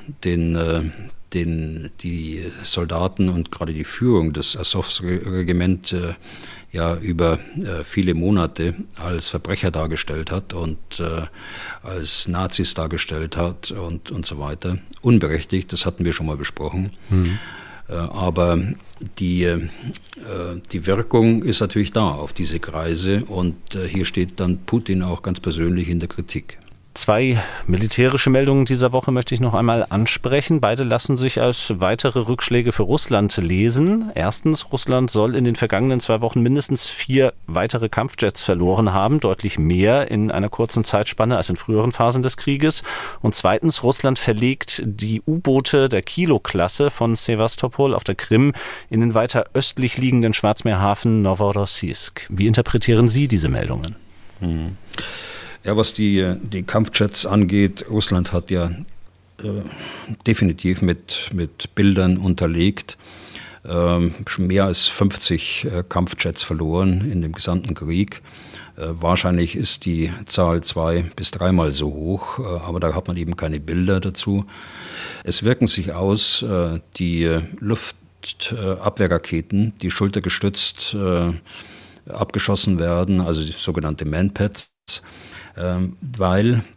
die Soldaten und gerade die Führung des Assow-Regiment über viele Monate als Verbrecher dargestellt hat und als Nazis dargestellt hat und so weiter. Unberechtigt, das hatten wir schon mal besprochen. Aber die Wirkung ist natürlich da auf diese Kreise, und hier steht dann Putin auch ganz persönlich in der Kritik. Zwei militärische Meldungen dieser Woche möchte ich noch einmal ansprechen. Beide lassen sich als weitere Rückschläge für Russland lesen. Erstens, Russland soll in den vergangenen 2 Wochen mindestens 4 weitere Kampfjets verloren haben, deutlich mehr in einer kurzen Zeitspanne als in früheren Phasen des Krieges. Und zweitens, Russland verlegt die U-Boote der Kilo-Klasse von Sewastopol auf der Krim in den weiter östlich liegenden Schwarzmeerhafen Noworossiysk. Wie interpretieren Sie diese Meldungen? Ja, was die Kampfjets angeht, Russland hat ja definitiv mit Bildern unterlegt, schon mehr als 50 Kampfjets verloren in dem gesamten Krieg. Wahrscheinlich ist die Zahl 2- bis 3-mal so hoch, aber da hat man eben keine Bilder dazu. Es wirken sich aus die Luftabwehrraketen, die schultergestützt abgeschossen werden, also die sogenannte Manpads, weil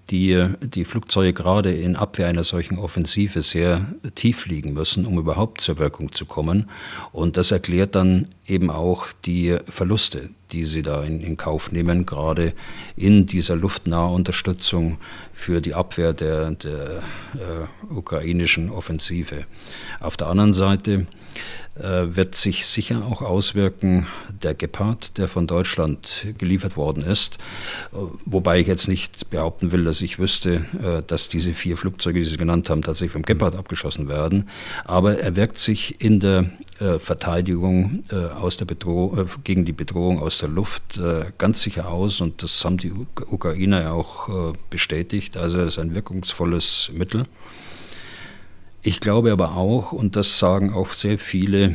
die Flugzeuge gerade in Abwehr einer solchen Offensive sehr tief fliegen müssen, um überhaupt zur Wirkung zu kommen. Und das erklärt dann eben auch die Verluste, die sie da in Kauf nehmen, gerade in dieser Luftnahunterstützung für die Abwehr der ukrainischen Offensive. Auf der anderen Seite wird sich sicher auch auswirken der Gepard, der von Deutschland geliefert worden ist. Wobei ich jetzt nicht behaupten will, dass ich wüsste, dass diese 4 Flugzeuge, die Sie genannt haben, tatsächlich vom Gepard abgeschossen werden. Aber er wirkt sich in der Verteidigung aus der gegen die Bedrohung aus der Luft ganz sicher aus. Und das haben die Ukrainer ja auch bestätigt. Also es ist ein wirkungsvolles Mittel. Ich glaube aber auch, und das sagen auch sehr viele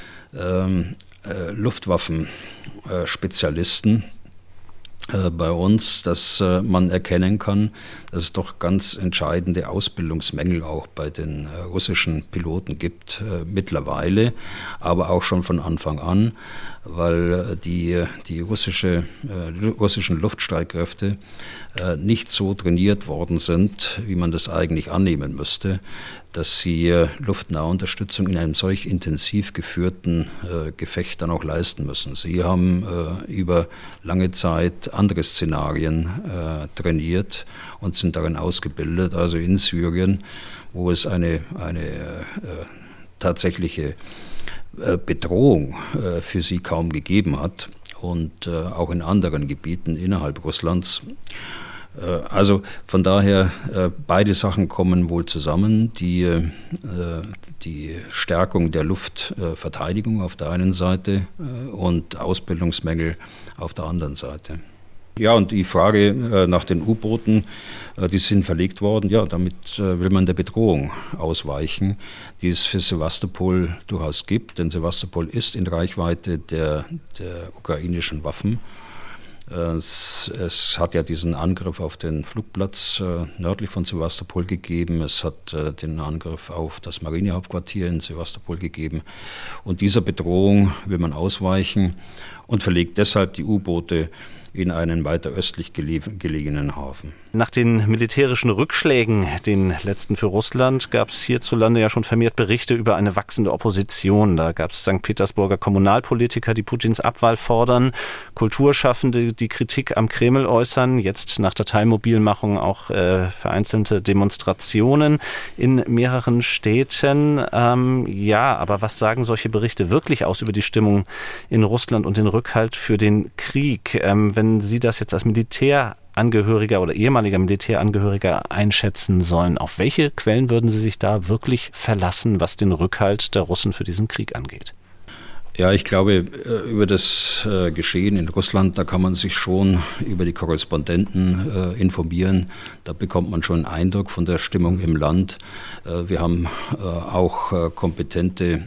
Luftwaffenspezialisten bei uns, dass man erkennen kann, dass es doch ganz entscheidende Ausbildungsmängel auch bei den russischen Piloten gibt mittlerweile, aber auch schon von Anfang an, weil die russischen Luftstreitkräfte nicht so trainiert worden sind, wie man das eigentlich annehmen müsste, dass sie Luftnahunterstützung in einem solch intensiv geführten Gefecht dann auch leisten müssen. Sie haben über lange Zeit andere Szenarien trainiert und sind darin ausgebildet, also in Syrien, wo es eine tatsächliche Bedrohung für sie kaum gegeben hat und auch in anderen Gebieten innerhalb Russlands. Also von daher, beide Sachen kommen wohl zusammen. Die Stärkung der Luftverteidigung auf der einen Seite und Ausbildungsmängel auf der anderen Seite. Ja, und die Frage nach den U-Booten, die sind verlegt worden, ja, damit will man der Bedrohung ausweichen, die es für Sewastopol durchaus gibt, denn Sewastopol ist in Reichweite der ukrainischen Waffen. Es hat ja diesen Angriff auf den Flugplatz nördlich von Sewastopol gegeben. Es hat den Angriff auf das Marinehauptquartier in Sewastopol gegeben. Und dieser Bedrohung will man ausweichen und verlegt deshalb die U-Boote in einen weiter östlich gelegenen Hafen. Nach den militärischen Rückschlägen, den letzten für Russland, gab es hierzulande ja schon vermehrt Berichte über eine wachsende Opposition. Da gab es St. Petersburger Kommunalpolitiker, die Putins Abwahl fordern, Kulturschaffende, die Kritik am Kreml äußern, jetzt nach der Teilmobilmachung auch vereinzelte Demonstrationen in mehreren Städten. Ja, aber was sagen solche Berichte wirklich aus über die Stimmung in Russland und den Rückhalt für den Krieg? Wenn Sie das jetzt als Militärangehöriger oder ehemaliger Militärangehöriger einschätzen sollen, auf welche Quellen würden Sie sich da wirklich verlassen, was den Rückhalt der Russen für diesen Krieg angeht? Ja, ich glaube, über das Geschehen in Russland, da kann man sich schon über die Korrespondenten informieren. Da bekommt man schon einen Eindruck von der Stimmung im Land. Wir haben auch kompetente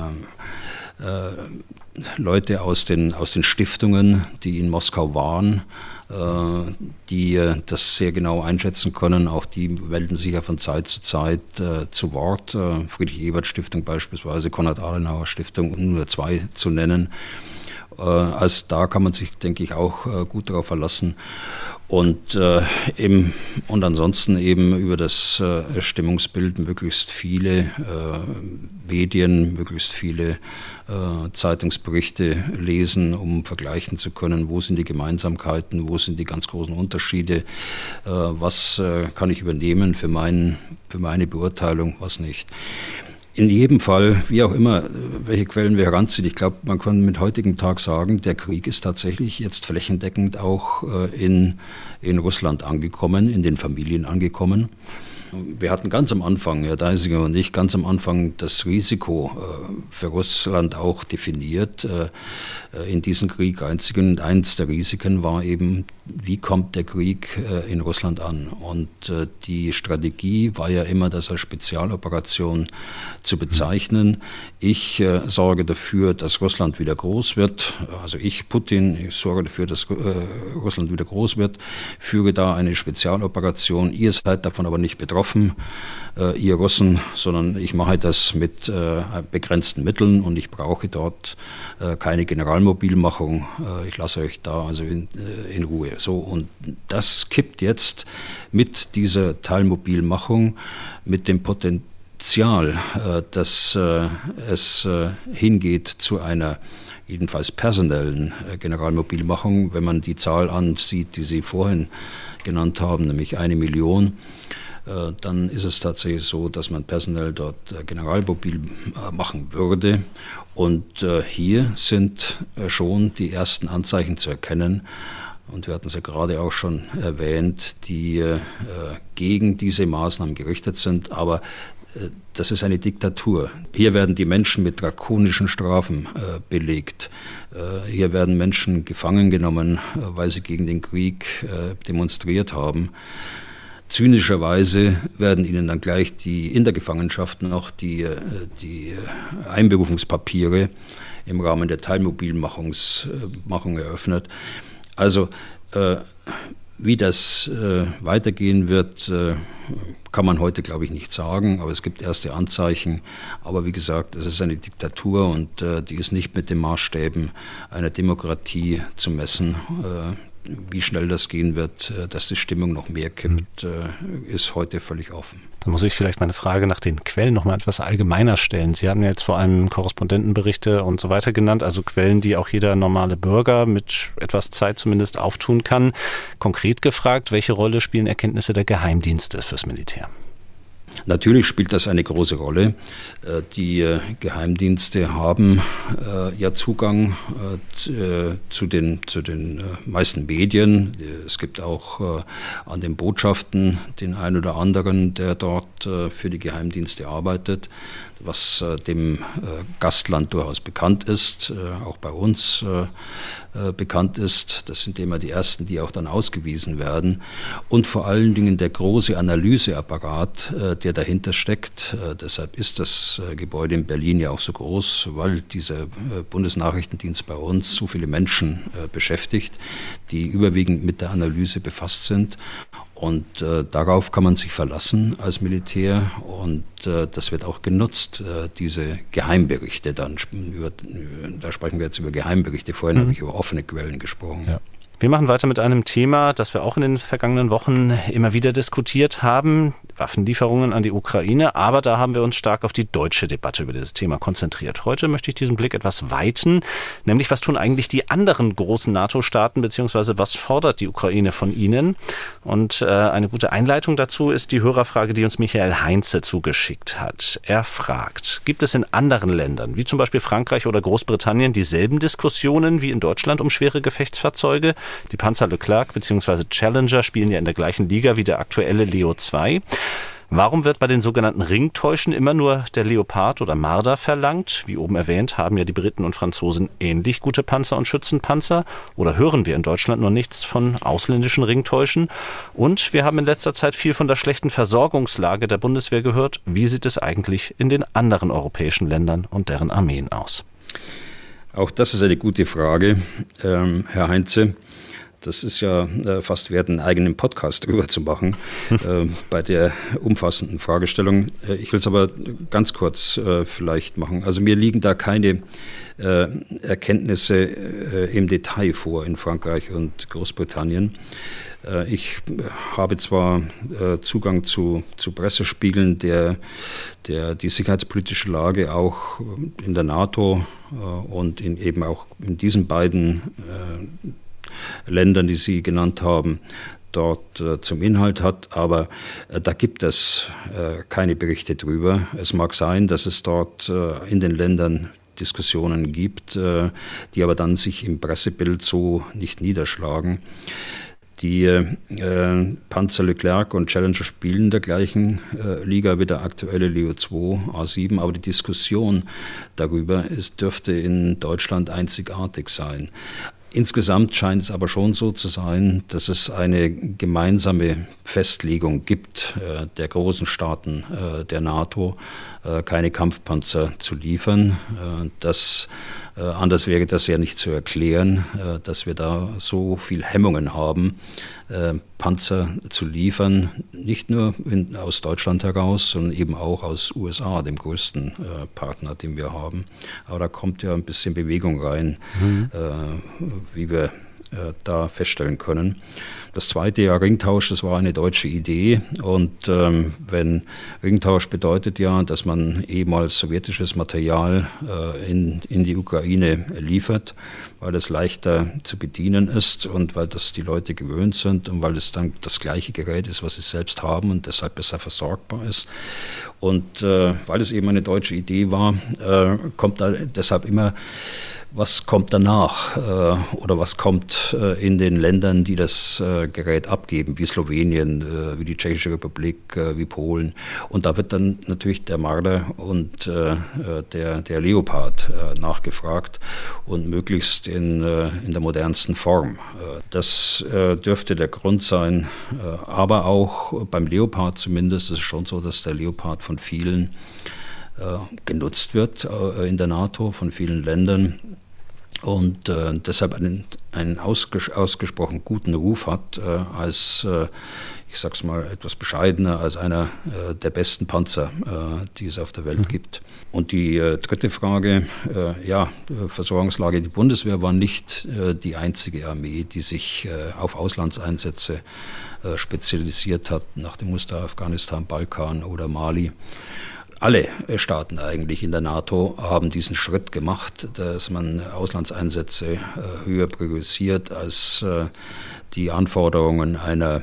Leute aus den Stiftungen, die in Moskau waren, die das sehr genau einschätzen können. Auch die melden sich ja von Zeit zu Zeit zu Wort. Friedrich-Ebert-Stiftung beispielsweise, Konrad-Adenauer-Stiftung, um nur 2 zu nennen. Also da kann man sich, denke ich, auch gut darauf verlassen. Und ansonsten eben über das Stimmungsbild möglichst viele Medien, möglichst viele Zeitungsberichte lesen, um vergleichen zu können, wo sind die Gemeinsamkeiten, wo sind die ganz großen Unterschiede, was kann ich übernehmen für meine Beurteilung, was nicht. In jedem Fall, wie auch immer, welche Quellen wir heranziehen, ich glaube, man kann mit heutigem Tag sagen, der Krieg ist tatsächlich jetzt flächendeckend auch in Russland angekommen, in den Familien angekommen. Wir hatten ganz am Anfang, Herr Deisinger und ich, ganz am Anfang das Risiko für Russland auch definiert in diesem Krieg. Eins der Risiken war eben, wie kommt der Krieg in Russland an? Und die Strategie war ja immer, das als Spezialoperation zu bezeichnen. Ich sorge dafür, dass Russland wieder groß wird. Also ich sorge dafür, dass Russland wieder groß wird, führe da eine Spezialoperation. Ihr seid davon aber nicht betroffen. betroffen, ihr Russen, sondern ich mache das mit begrenzten Mitteln und ich brauche dort keine Generalmobilmachung. Ich lasse euch da also in Ruhe. So, und das kippt jetzt mit dieser Teilmobilmachung, mit dem Potenzial, dass es hingeht zu einer jedenfalls personellen Generalmobilmachung, wenn man die Zahl ansieht, die Sie vorhin genannt haben, nämlich 1 Million, dann ist es tatsächlich so, dass man personell dort Generalmobil machen würde. Und hier sind schon die ersten Anzeichen zu erkennen. Und wir hatten es ja gerade auch schon erwähnt, die gegen diese Maßnahmen gerichtet sind. Aber das ist eine Diktatur. Hier werden die Menschen mit drakonischen Strafen belegt. Hier werden Menschen gefangen genommen, weil sie gegen den Krieg demonstriert haben. Zynischerweise werden ihnen dann gleich in der Gefangenschaft noch die Einberufungspapiere im Rahmen der Teilmobilmachung eröffnet. Also wie das weitergehen wird, kann man heute, glaube ich, nicht sagen, aber es gibt erste Anzeichen. Aber wie gesagt, es ist eine Diktatur und die ist nicht mit den Maßstäben einer Demokratie zu messen. Wie schnell das gehen wird, dass die Stimmung noch mehr kippt, ist heute völlig offen. Dann muss ich vielleicht meine Frage nach den Quellen noch mal etwas allgemeiner stellen. Sie haben ja jetzt vor allem Korrespondentenberichte und so weiter genannt, also Quellen, die auch jeder normale Bürger mit etwas Zeit zumindest auftun kann. Konkret gefragt, welche Rolle spielen Erkenntnisse der Geheimdienste fürs Militär? Natürlich spielt das eine große Rolle. Die Geheimdienste haben ja Zugang zu den meisten Medien. Es gibt auch an den Botschaften den einen oder anderen, der dort für die Geheimdienste arbeitet, was dem Gastland durchaus bekannt ist, auch bei uns bekannt ist. Das sind immer die Ersten, die auch dann ausgewiesen werden. Und vor allen Dingen der große Analyseapparat, der dahinter steckt. Deshalb ist das Gebäude in Berlin ja auch so groß, weil dieser Bundesnachrichtendienst bei uns so viele Menschen beschäftigt, die überwiegend mit der Analyse befasst sind. Und darauf kann man sich verlassen als Militär und das wird auch genutzt, diese Geheimberichte dann. Da sprechen wir jetzt über Geheimberichte, vorhin habe ich über offene Quellen gesprochen. Ja. Wir machen weiter mit einem Thema, das wir auch in den vergangenen Wochen immer wieder diskutiert haben, Waffenlieferungen an die Ukraine, aber da haben wir uns stark auf die deutsche Debatte über dieses Thema konzentriert. Heute möchte ich diesen Blick etwas weiten, nämlich was tun eigentlich die anderen großen NATO-Staaten, beziehungsweise was fordert die Ukraine von ihnen? Und eine gute Einleitung dazu ist die Hörerfrage, die uns Michael Heinze zugeschickt hat. Er fragt, gibt es in anderen Ländern, wie zum Beispiel Frankreich oder Großbritannien, dieselben Diskussionen wie in Deutschland um schwere Gefechtsfahrzeuge? Die Panzer Leclerc bzw. Challenger spielen ja in der gleichen Liga wie der aktuelle Leo 2. Warum wird bei den sogenannten Ringtäuschen immer nur der Leopard oder Marder verlangt? Wie oben erwähnt, haben ja die Briten und Franzosen ähnlich gute Panzer und Schützenpanzer. Oder hören wir in Deutschland noch nichts von ausländischen Ringtäuschen? Und wir haben in letzter Zeit viel von der schlechten Versorgungslage der Bundeswehr gehört. Wie sieht es eigentlich in den anderen europäischen Ländern und deren Armeen aus? Auch das ist eine gute Frage, Herr Heinze. Das ist ja fast wert, einen eigenen Podcast drüber zu machen, bei der umfassenden Fragestellung. Ich will es aber ganz kurz vielleicht machen. Also mir liegen da keine Erkenntnisse im Detail vor in Frankreich und Großbritannien. Ich habe zwar Zugang zu Pressespiegeln, der die sicherheitspolitische Lage auch in der NATO und eben auch in diesen beiden Ländern, die Sie genannt haben, dort zum Inhalt hat, aber da gibt es keine Berichte drüber. Es mag sein, dass es dort in den Ländern Diskussionen gibt, die aber dann sich im Pressebild so nicht niederschlagen. Die Panzer Leclerc und Challenger spielen in der gleichen Liga wie der aktuelle Leo 2 A7, aber die Diskussion darüber dürfte in Deutschland einzigartig sein. Insgesamt scheint es aber schon so zu sein, dass es eine gemeinsame Festlegung gibt der großen Staaten der NATO, keine Kampfpanzer zu liefern. Anders wäre das ja nicht zu erklären, dass wir da so viel Hemmungen haben, Panzer zu liefern, nicht nur aus Deutschland heraus, sondern eben auch aus USA, dem größten Partner, den wir haben. Aber da kommt ja ein bisschen Bewegung rein, wie wir da feststellen können. Das zweite Jahr Ringtausch, das war eine deutsche Idee und wenn Ringtausch bedeutet ja, dass man ehemals sowjetisches Material in die Ukraine liefert, weil es leichter zu bedienen ist und weil das die Leute gewöhnt sind und weil es dann das gleiche Gerät ist, was sie selbst haben und deshalb besser versorgbar ist. Und weil es eben eine deutsche Idee war, kommt da deshalb immer, was kommt danach oder was kommt in den Ländern, die das Gerät abgeben, wie Slowenien, wie die Tschechische Republik, wie Polen. Und da wird dann natürlich der Marder und der Leopard nachgefragt und möglichst in der modernsten Form. Das dürfte der Grund sein, aber auch beim Leopard zumindest ist es schon so, dass der Leopard von vielen genutzt wird in der NATO, von vielen Ländern. Und deshalb einen ausgesprochen guten Ruf hat, als, ich sag's mal etwas bescheidener, als einer der besten Panzer, die es auf der Welt gibt. Und die dritte Frage, Versorgungslage. Die Bundeswehr war nicht die einzige Armee, die sich auf Auslandseinsätze spezialisiert hat, nach dem Muster Afghanistan, Balkan oder Mali. Alle Staaten eigentlich in der NATO haben diesen Schritt gemacht, dass man Auslandseinsätze höher priorisiert als die Anforderungen einer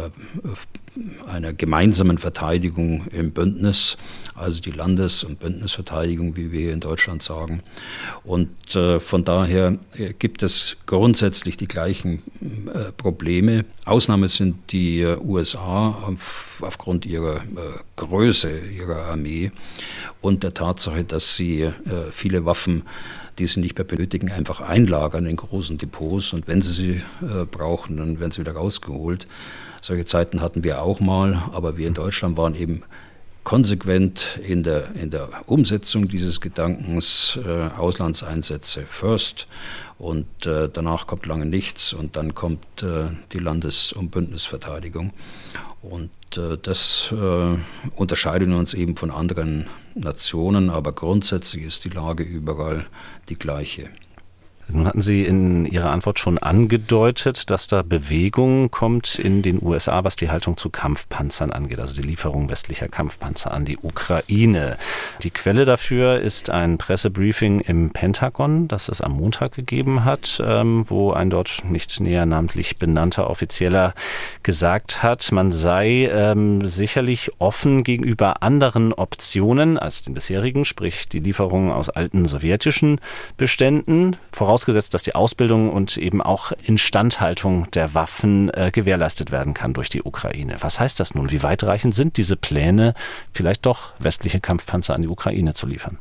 gemeinsamen Verteidigung im Bündnis, also die Landes- und Bündnisverteidigung, wie wir hier in Deutschland sagen. Und von daher gibt es grundsätzlich die gleichen Probleme. Ausnahme sind die USA aufgrund ihrer Größe ihrer Armee und der Tatsache, dass sie viele Waffen, die sie nicht mehr benötigen, einfach einlagern in großen Depots und wenn sie brauchen, dann werden sie wieder rausgeholt. Solche Zeiten hatten wir auch mal, aber wir in Deutschland waren eben konsequent in der Umsetzung dieses Gedankens, Auslandseinsätze first und danach kommt lange nichts und dann kommt die Landes- und Bündnisverteidigung. Und das unterscheidet uns eben von anderen Nationen, aber grundsätzlich ist die Lage überall die gleiche. Nun hatten Sie in Ihrer Antwort schon angedeutet, dass da Bewegung kommt in den USA, was die Haltung zu Kampfpanzern angeht, also die Lieferung westlicher Kampfpanzer an die Ukraine. Die Quelle dafür ist ein Pressebriefing im Pentagon, das es am Montag gegeben hat, wo ein dort nicht näher namentlich benannter Offizieller gesagt hat, man sei sicherlich offen gegenüber anderen Optionen als den bisherigen, sprich die Lieferung aus alten sowjetischen Beständen, vorausgesetzt, dass die Ausbildung und eben auch Instandhaltung der Waffen gewährleistet werden kann durch die Ukraine. Was heißt das nun? Wie weitreichend sind diese Pläne, vielleicht doch westliche Kampfpanzer an die Ukraine zu liefern?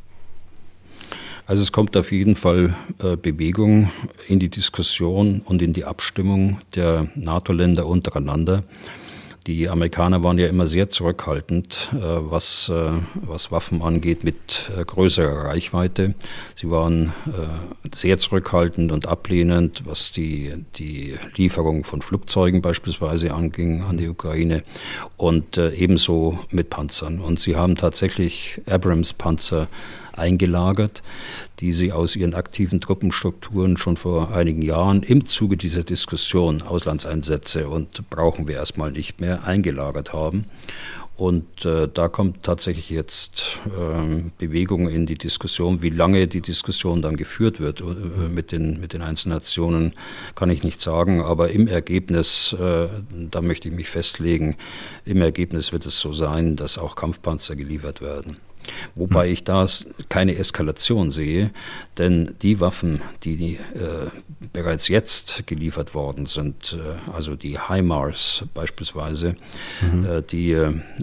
Also es kommt auf jeden Fall Bewegung in die Diskussion und in die Abstimmung der NATO-Länder untereinander. Die Amerikaner waren ja immer sehr zurückhaltend, was Waffen angeht mit größerer Reichweite. Sie waren sehr zurückhaltend und ablehnend, was die Lieferung von Flugzeugen beispielsweise anging an die Ukraine und ebenso mit Panzern. Und sie haben tatsächlich Abrams-Panzer eingelagert, die sie aus ihren aktiven Truppenstrukturen schon vor einigen Jahren im Zuge dieser Diskussion Auslandseinsätze und brauchen wir erstmal nicht mehr eingelagert haben. Und da kommt tatsächlich jetzt Bewegung in die Diskussion. Wie lange die Diskussion dann geführt wird mit den einzelnen Nationen, kann ich nicht sagen. Aber im Ergebnis, da möchte ich mich festlegen, im Ergebnis wird es so sein, dass auch Kampfpanzer geliefert werden. Wobei ich da keine Eskalation sehe, denn die Waffen, die bereits jetzt geliefert worden sind, also die HIMARS beispielsweise, die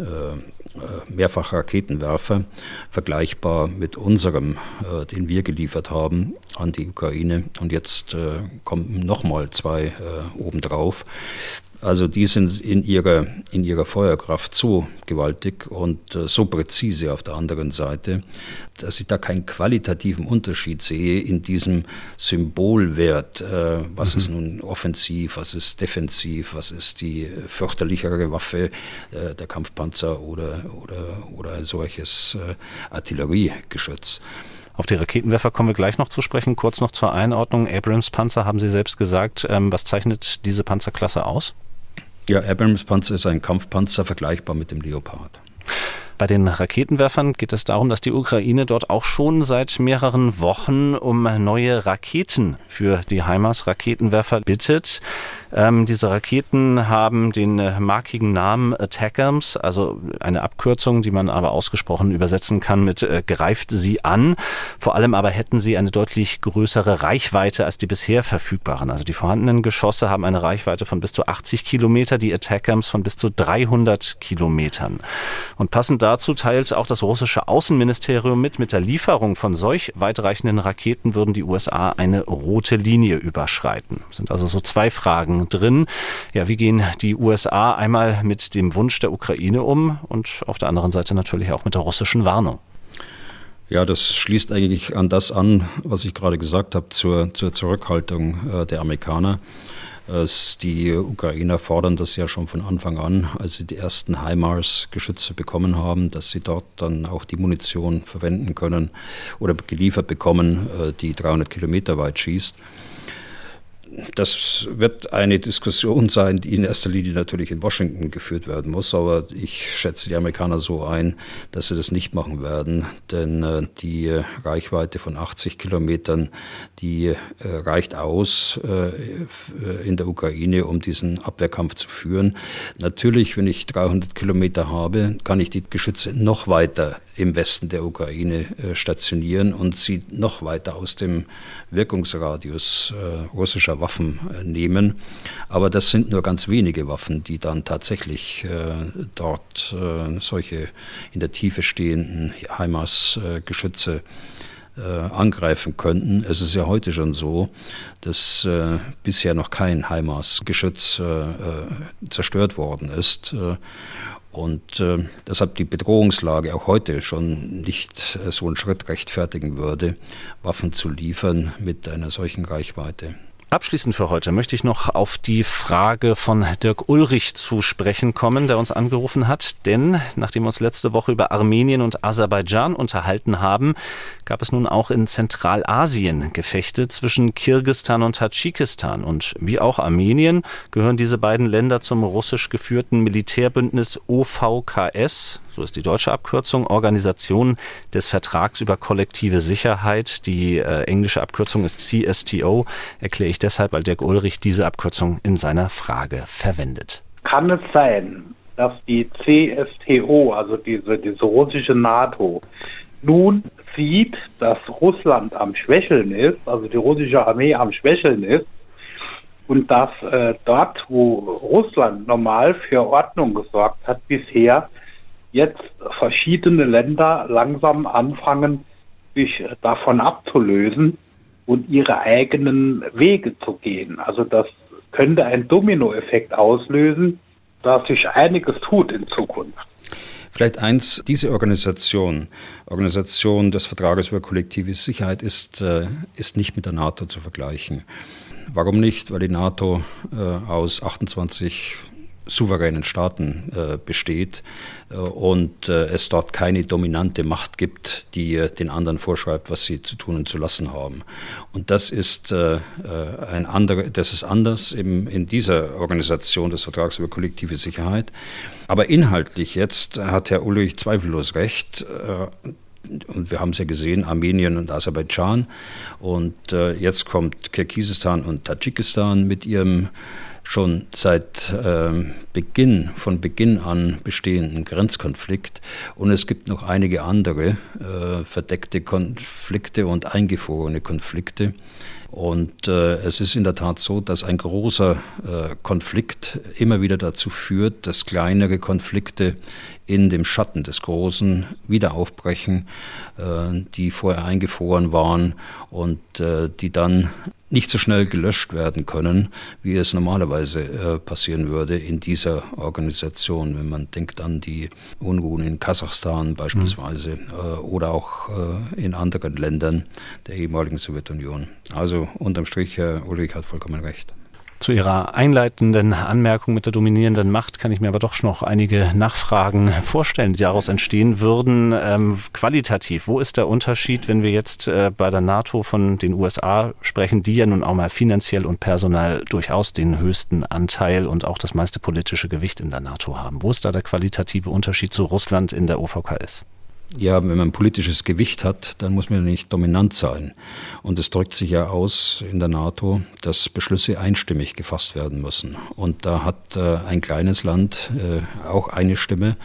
Mehrfachraketenwerfer, vergleichbar mit unserem, den wir geliefert haben an die Ukraine. Und jetzt kommen nochmal 2 obendrauf. Also die sind in ihrer Feuerkraft so gewaltig und so präzise auf der anderen Seite, dass ich da keinen qualitativen Unterschied sehe in diesem Symbolwert. Was ist nun offensiv, was ist defensiv, was ist die fürchterlichere Waffe, der Kampfpanzer oder ein solches Artilleriegeschütz. Auf die Raketenwerfer kommen wir gleich noch zu sprechen. Kurz noch zur Einordnung. Abrams-Panzer, haben Sie selbst gesagt. Was zeichnet diese Panzerklasse aus? Ja, Abrams-Panzer ist ein Kampfpanzer, vergleichbar mit dem Leopard. Bei den Raketenwerfern geht es darum, dass die Ukraine dort auch schon seit mehreren Wochen um neue Raketen für die HIMARS-Raketenwerfer bittet. Diese Raketen haben den markigen Namen ATACMS, also eine Abkürzung, die man aber ausgesprochen übersetzen kann mit greift sie an. Vor allem aber hätten sie eine deutlich größere Reichweite als die bisher verfügbaren. Also die vorhandenen Geschosse haben eine Reichweite von bis zu 80 Kilometer, die ATACMS von bis zu 300 Kilometern. Und passend dazu teilt auch das russische Außenministerium mit der Lieferung von solch weitreichenden Raketen würden die USA eine rote Linie überschreiten. Das sind also so zwei Fragen drin. Ja, wie gehen die USA einmal mit dem Wunsch der Ukraine um und auf der anderen Seite natürlich auch mit der russischen Warnung? Ja, das schließt eigentlich an das an, was ich gerade gesagt habe, zur Zurückhaltung der Amerikaner. Die Ukrainer fordern das ja schon von Anfang an, als sie die ersten HIMARS-Geschütze bekommen haben, dass sie dort dann auch die Munition verwenden können oder geliefert bekommen, die 300 Kilometer weit schießt. Das wird eine Diskussion sein, die in erster Linie natürlich in Washington geführt werden muss, aber ich schätze die Amerikaner so ein, dass sie das nicht machen werden, denn die Reichweite von 80 Kilometern, die reicht aus in der Ukraine, um diesen Abwehrkampf zu führen. Natürlich, wenn ich 300 Kilometer habe, kann ich die Geschütze noch weiter im Westen der Ukraine stationieren und sie noch weiter aus dem Wirkungsradius russischer Waffen nehmen. Aber das sind nur ganz wenige Waffen, die dann tatsächlich dort solche in der Tiefe stehenden HIMARS-Geschütze angreifen könnten. Es ist ja heute schon so, dass bisher noch kein HIMARS-Geschütz zerstört worden ist. Und deshalb die Bedrohungslage auch heute schon nicht so einen Schritt rechtfertigen würde, Waffen zu liefern mit einer solchen Reichweite. Abschließend für heute möchte ich noch auf die Frage von Dirk Ulrich zu sprechen kommen, der uns angerufen hat. Denn nachdem wir uns letzte Woche über Armenien und Aserbaidschan unterhalten haben, gab es nun auch in Zentralasien Gefechte zwischen Kirgisistan und Tadschikistan. Und wie auch Armenien gehören diese beiden Länder zum russisch geführten Militärbündnis OVKS, so ist die deutsche Abkürzung, Organisation des Vertrags über kollektive Sicherheit. Die englische Abkürzung ist CSTO, erkläre ich deshalb, weil Dirk Ulrich diese Abkürzung in seiner Frage verwendet. Kann es sein, dass die CSTO, also diese russische NATO, nun sieht, dass Russland am Schwächeln ist, also die russische Armee am Schwächeln ist, und dass dort, wo Russland normal für Ordnung gesorgt hat bisher, jetzt verschiedene Länder langsam anfangen, sich davon abzulösen und ihre eigenen Wege zu gehen. Also das könnte einen Dominoeffekt auslösen, dass sich einiges tut in Zukunft. Vielleicht eins, diese Organisation des Vertrages über kollektive Sicherheit ist nicht mit der NATO zu vergleichen. Warum nicht? Weil die NATO aus 28 souveränen Staaten besteht und es dort keine dominante Macht gibt, die den anderen vorschreibt, was sie zu tun und zu lassen haben. Und das ist das ist anders in dieser Organisation des Vertrags über kollektive Sicherheit. Aber inhaltlich jetzt hat Herr Ulrich zweifellos recht. Und wir haben es ja gesehen, Armenien und Aserbaidschan. Und jetzt kommt Kirgisistan und Tadschikistan mit ihrem schon seit von Beginn an bestehenden Grenzkonflikt. Und es gibt noch einige andere verdeckte Konflikte und eingefrorene Konflikte. Und es ist in der Tat so, dass ein großer Konflikt immer wieder dazu führt, dass kleinere Konflikte in dem Schatten des Großen wieder aufbrechen, die vorher eingefroren waren und die dann nicht so schnell gelöscht werden können, wie es normalerweise passieren würde in dieser Organisation. Wenn man denkt an die Unruhen in Kasachstan beispielsweise oder auch in anderen Ländern der ehemaligen Sowjetunion. Also unterm Strich, Herr Ulrich hat vollkommen recht. Zu Ihrer einleitenden Anmerkung mit der dominierenden Macht kann ich mir aber doch noch einige Nachfragen vorstellen, die daraus entstehen würden. Qualitativ, wo ist der Unterschied, wenn wir jetzt bei der NATO von den USA sprechen, die ja nun auch mal finanziell und personell durchaus den höchsten Anteil und auch das meiste politische Gewicht in der NATO haben? Wo ist da der qualitative Unterschied zu Russland in der OVKS? Ja, wenn man politisches Gewicht hat, dann muss man nicht dominant sein. Und es drückt sich ja aus in der NATO, dass Beschlüsse einstimmig gefasst werden müssen. Und da hat ein kleines Land auch eine Stimme,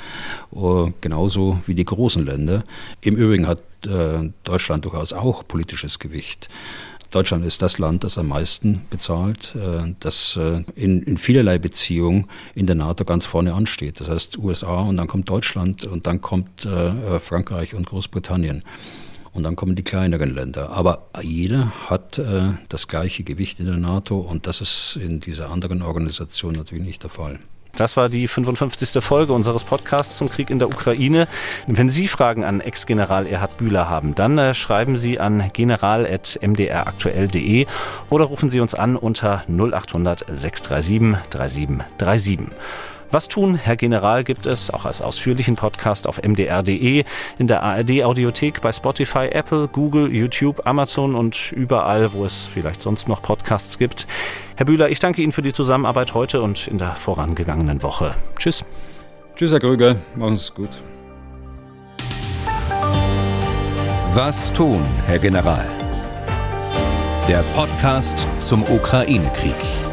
genauso wie die großen Länder. Im Übrigen hat Deutschland durchaus auch politisches Gewicht. Deutschland ist das Land, das am meisten bezahlt, das in vielerlei Beziehungen in der NATO ganz vorne ansteht. Das heißt USA und dann kommt Deutschland und dann kommt Frankreich und Großbritannien. Und dann kommen die kleineren Länder. Aber jeder hat das gleiche Gewicht in der NATO und das ist in dieser anderen Organisation natürlich nicht der Fall. Das war die 55. Folge unseres Podcasts zum Krieg in der Ukraine. Wenn Sie Fragen an Ex-General Erhard Bühler haben, dann schreiben Sie an general@mdraktuell.de oder rufen Sie uns an unter 0800 637 3737. Was tun, Herr General, gibt es auch als ausführlichen Podcast auf mdr.de, in der ARD-Audiothek, bei Spotify, Apple, Google, YouTube, Amazon und überall, wo es vielleicht sonst noch Podcasts gibt. Herr Bühler, ich danke Ihnen für die Zusammenarbeit heute und in der vorangegangenen Woche. Tschüss. Tschüss, Herr Krüger. Machen Sie es gut. Was tun, Herr General? Der Podcast zum Ukraine-Krieg.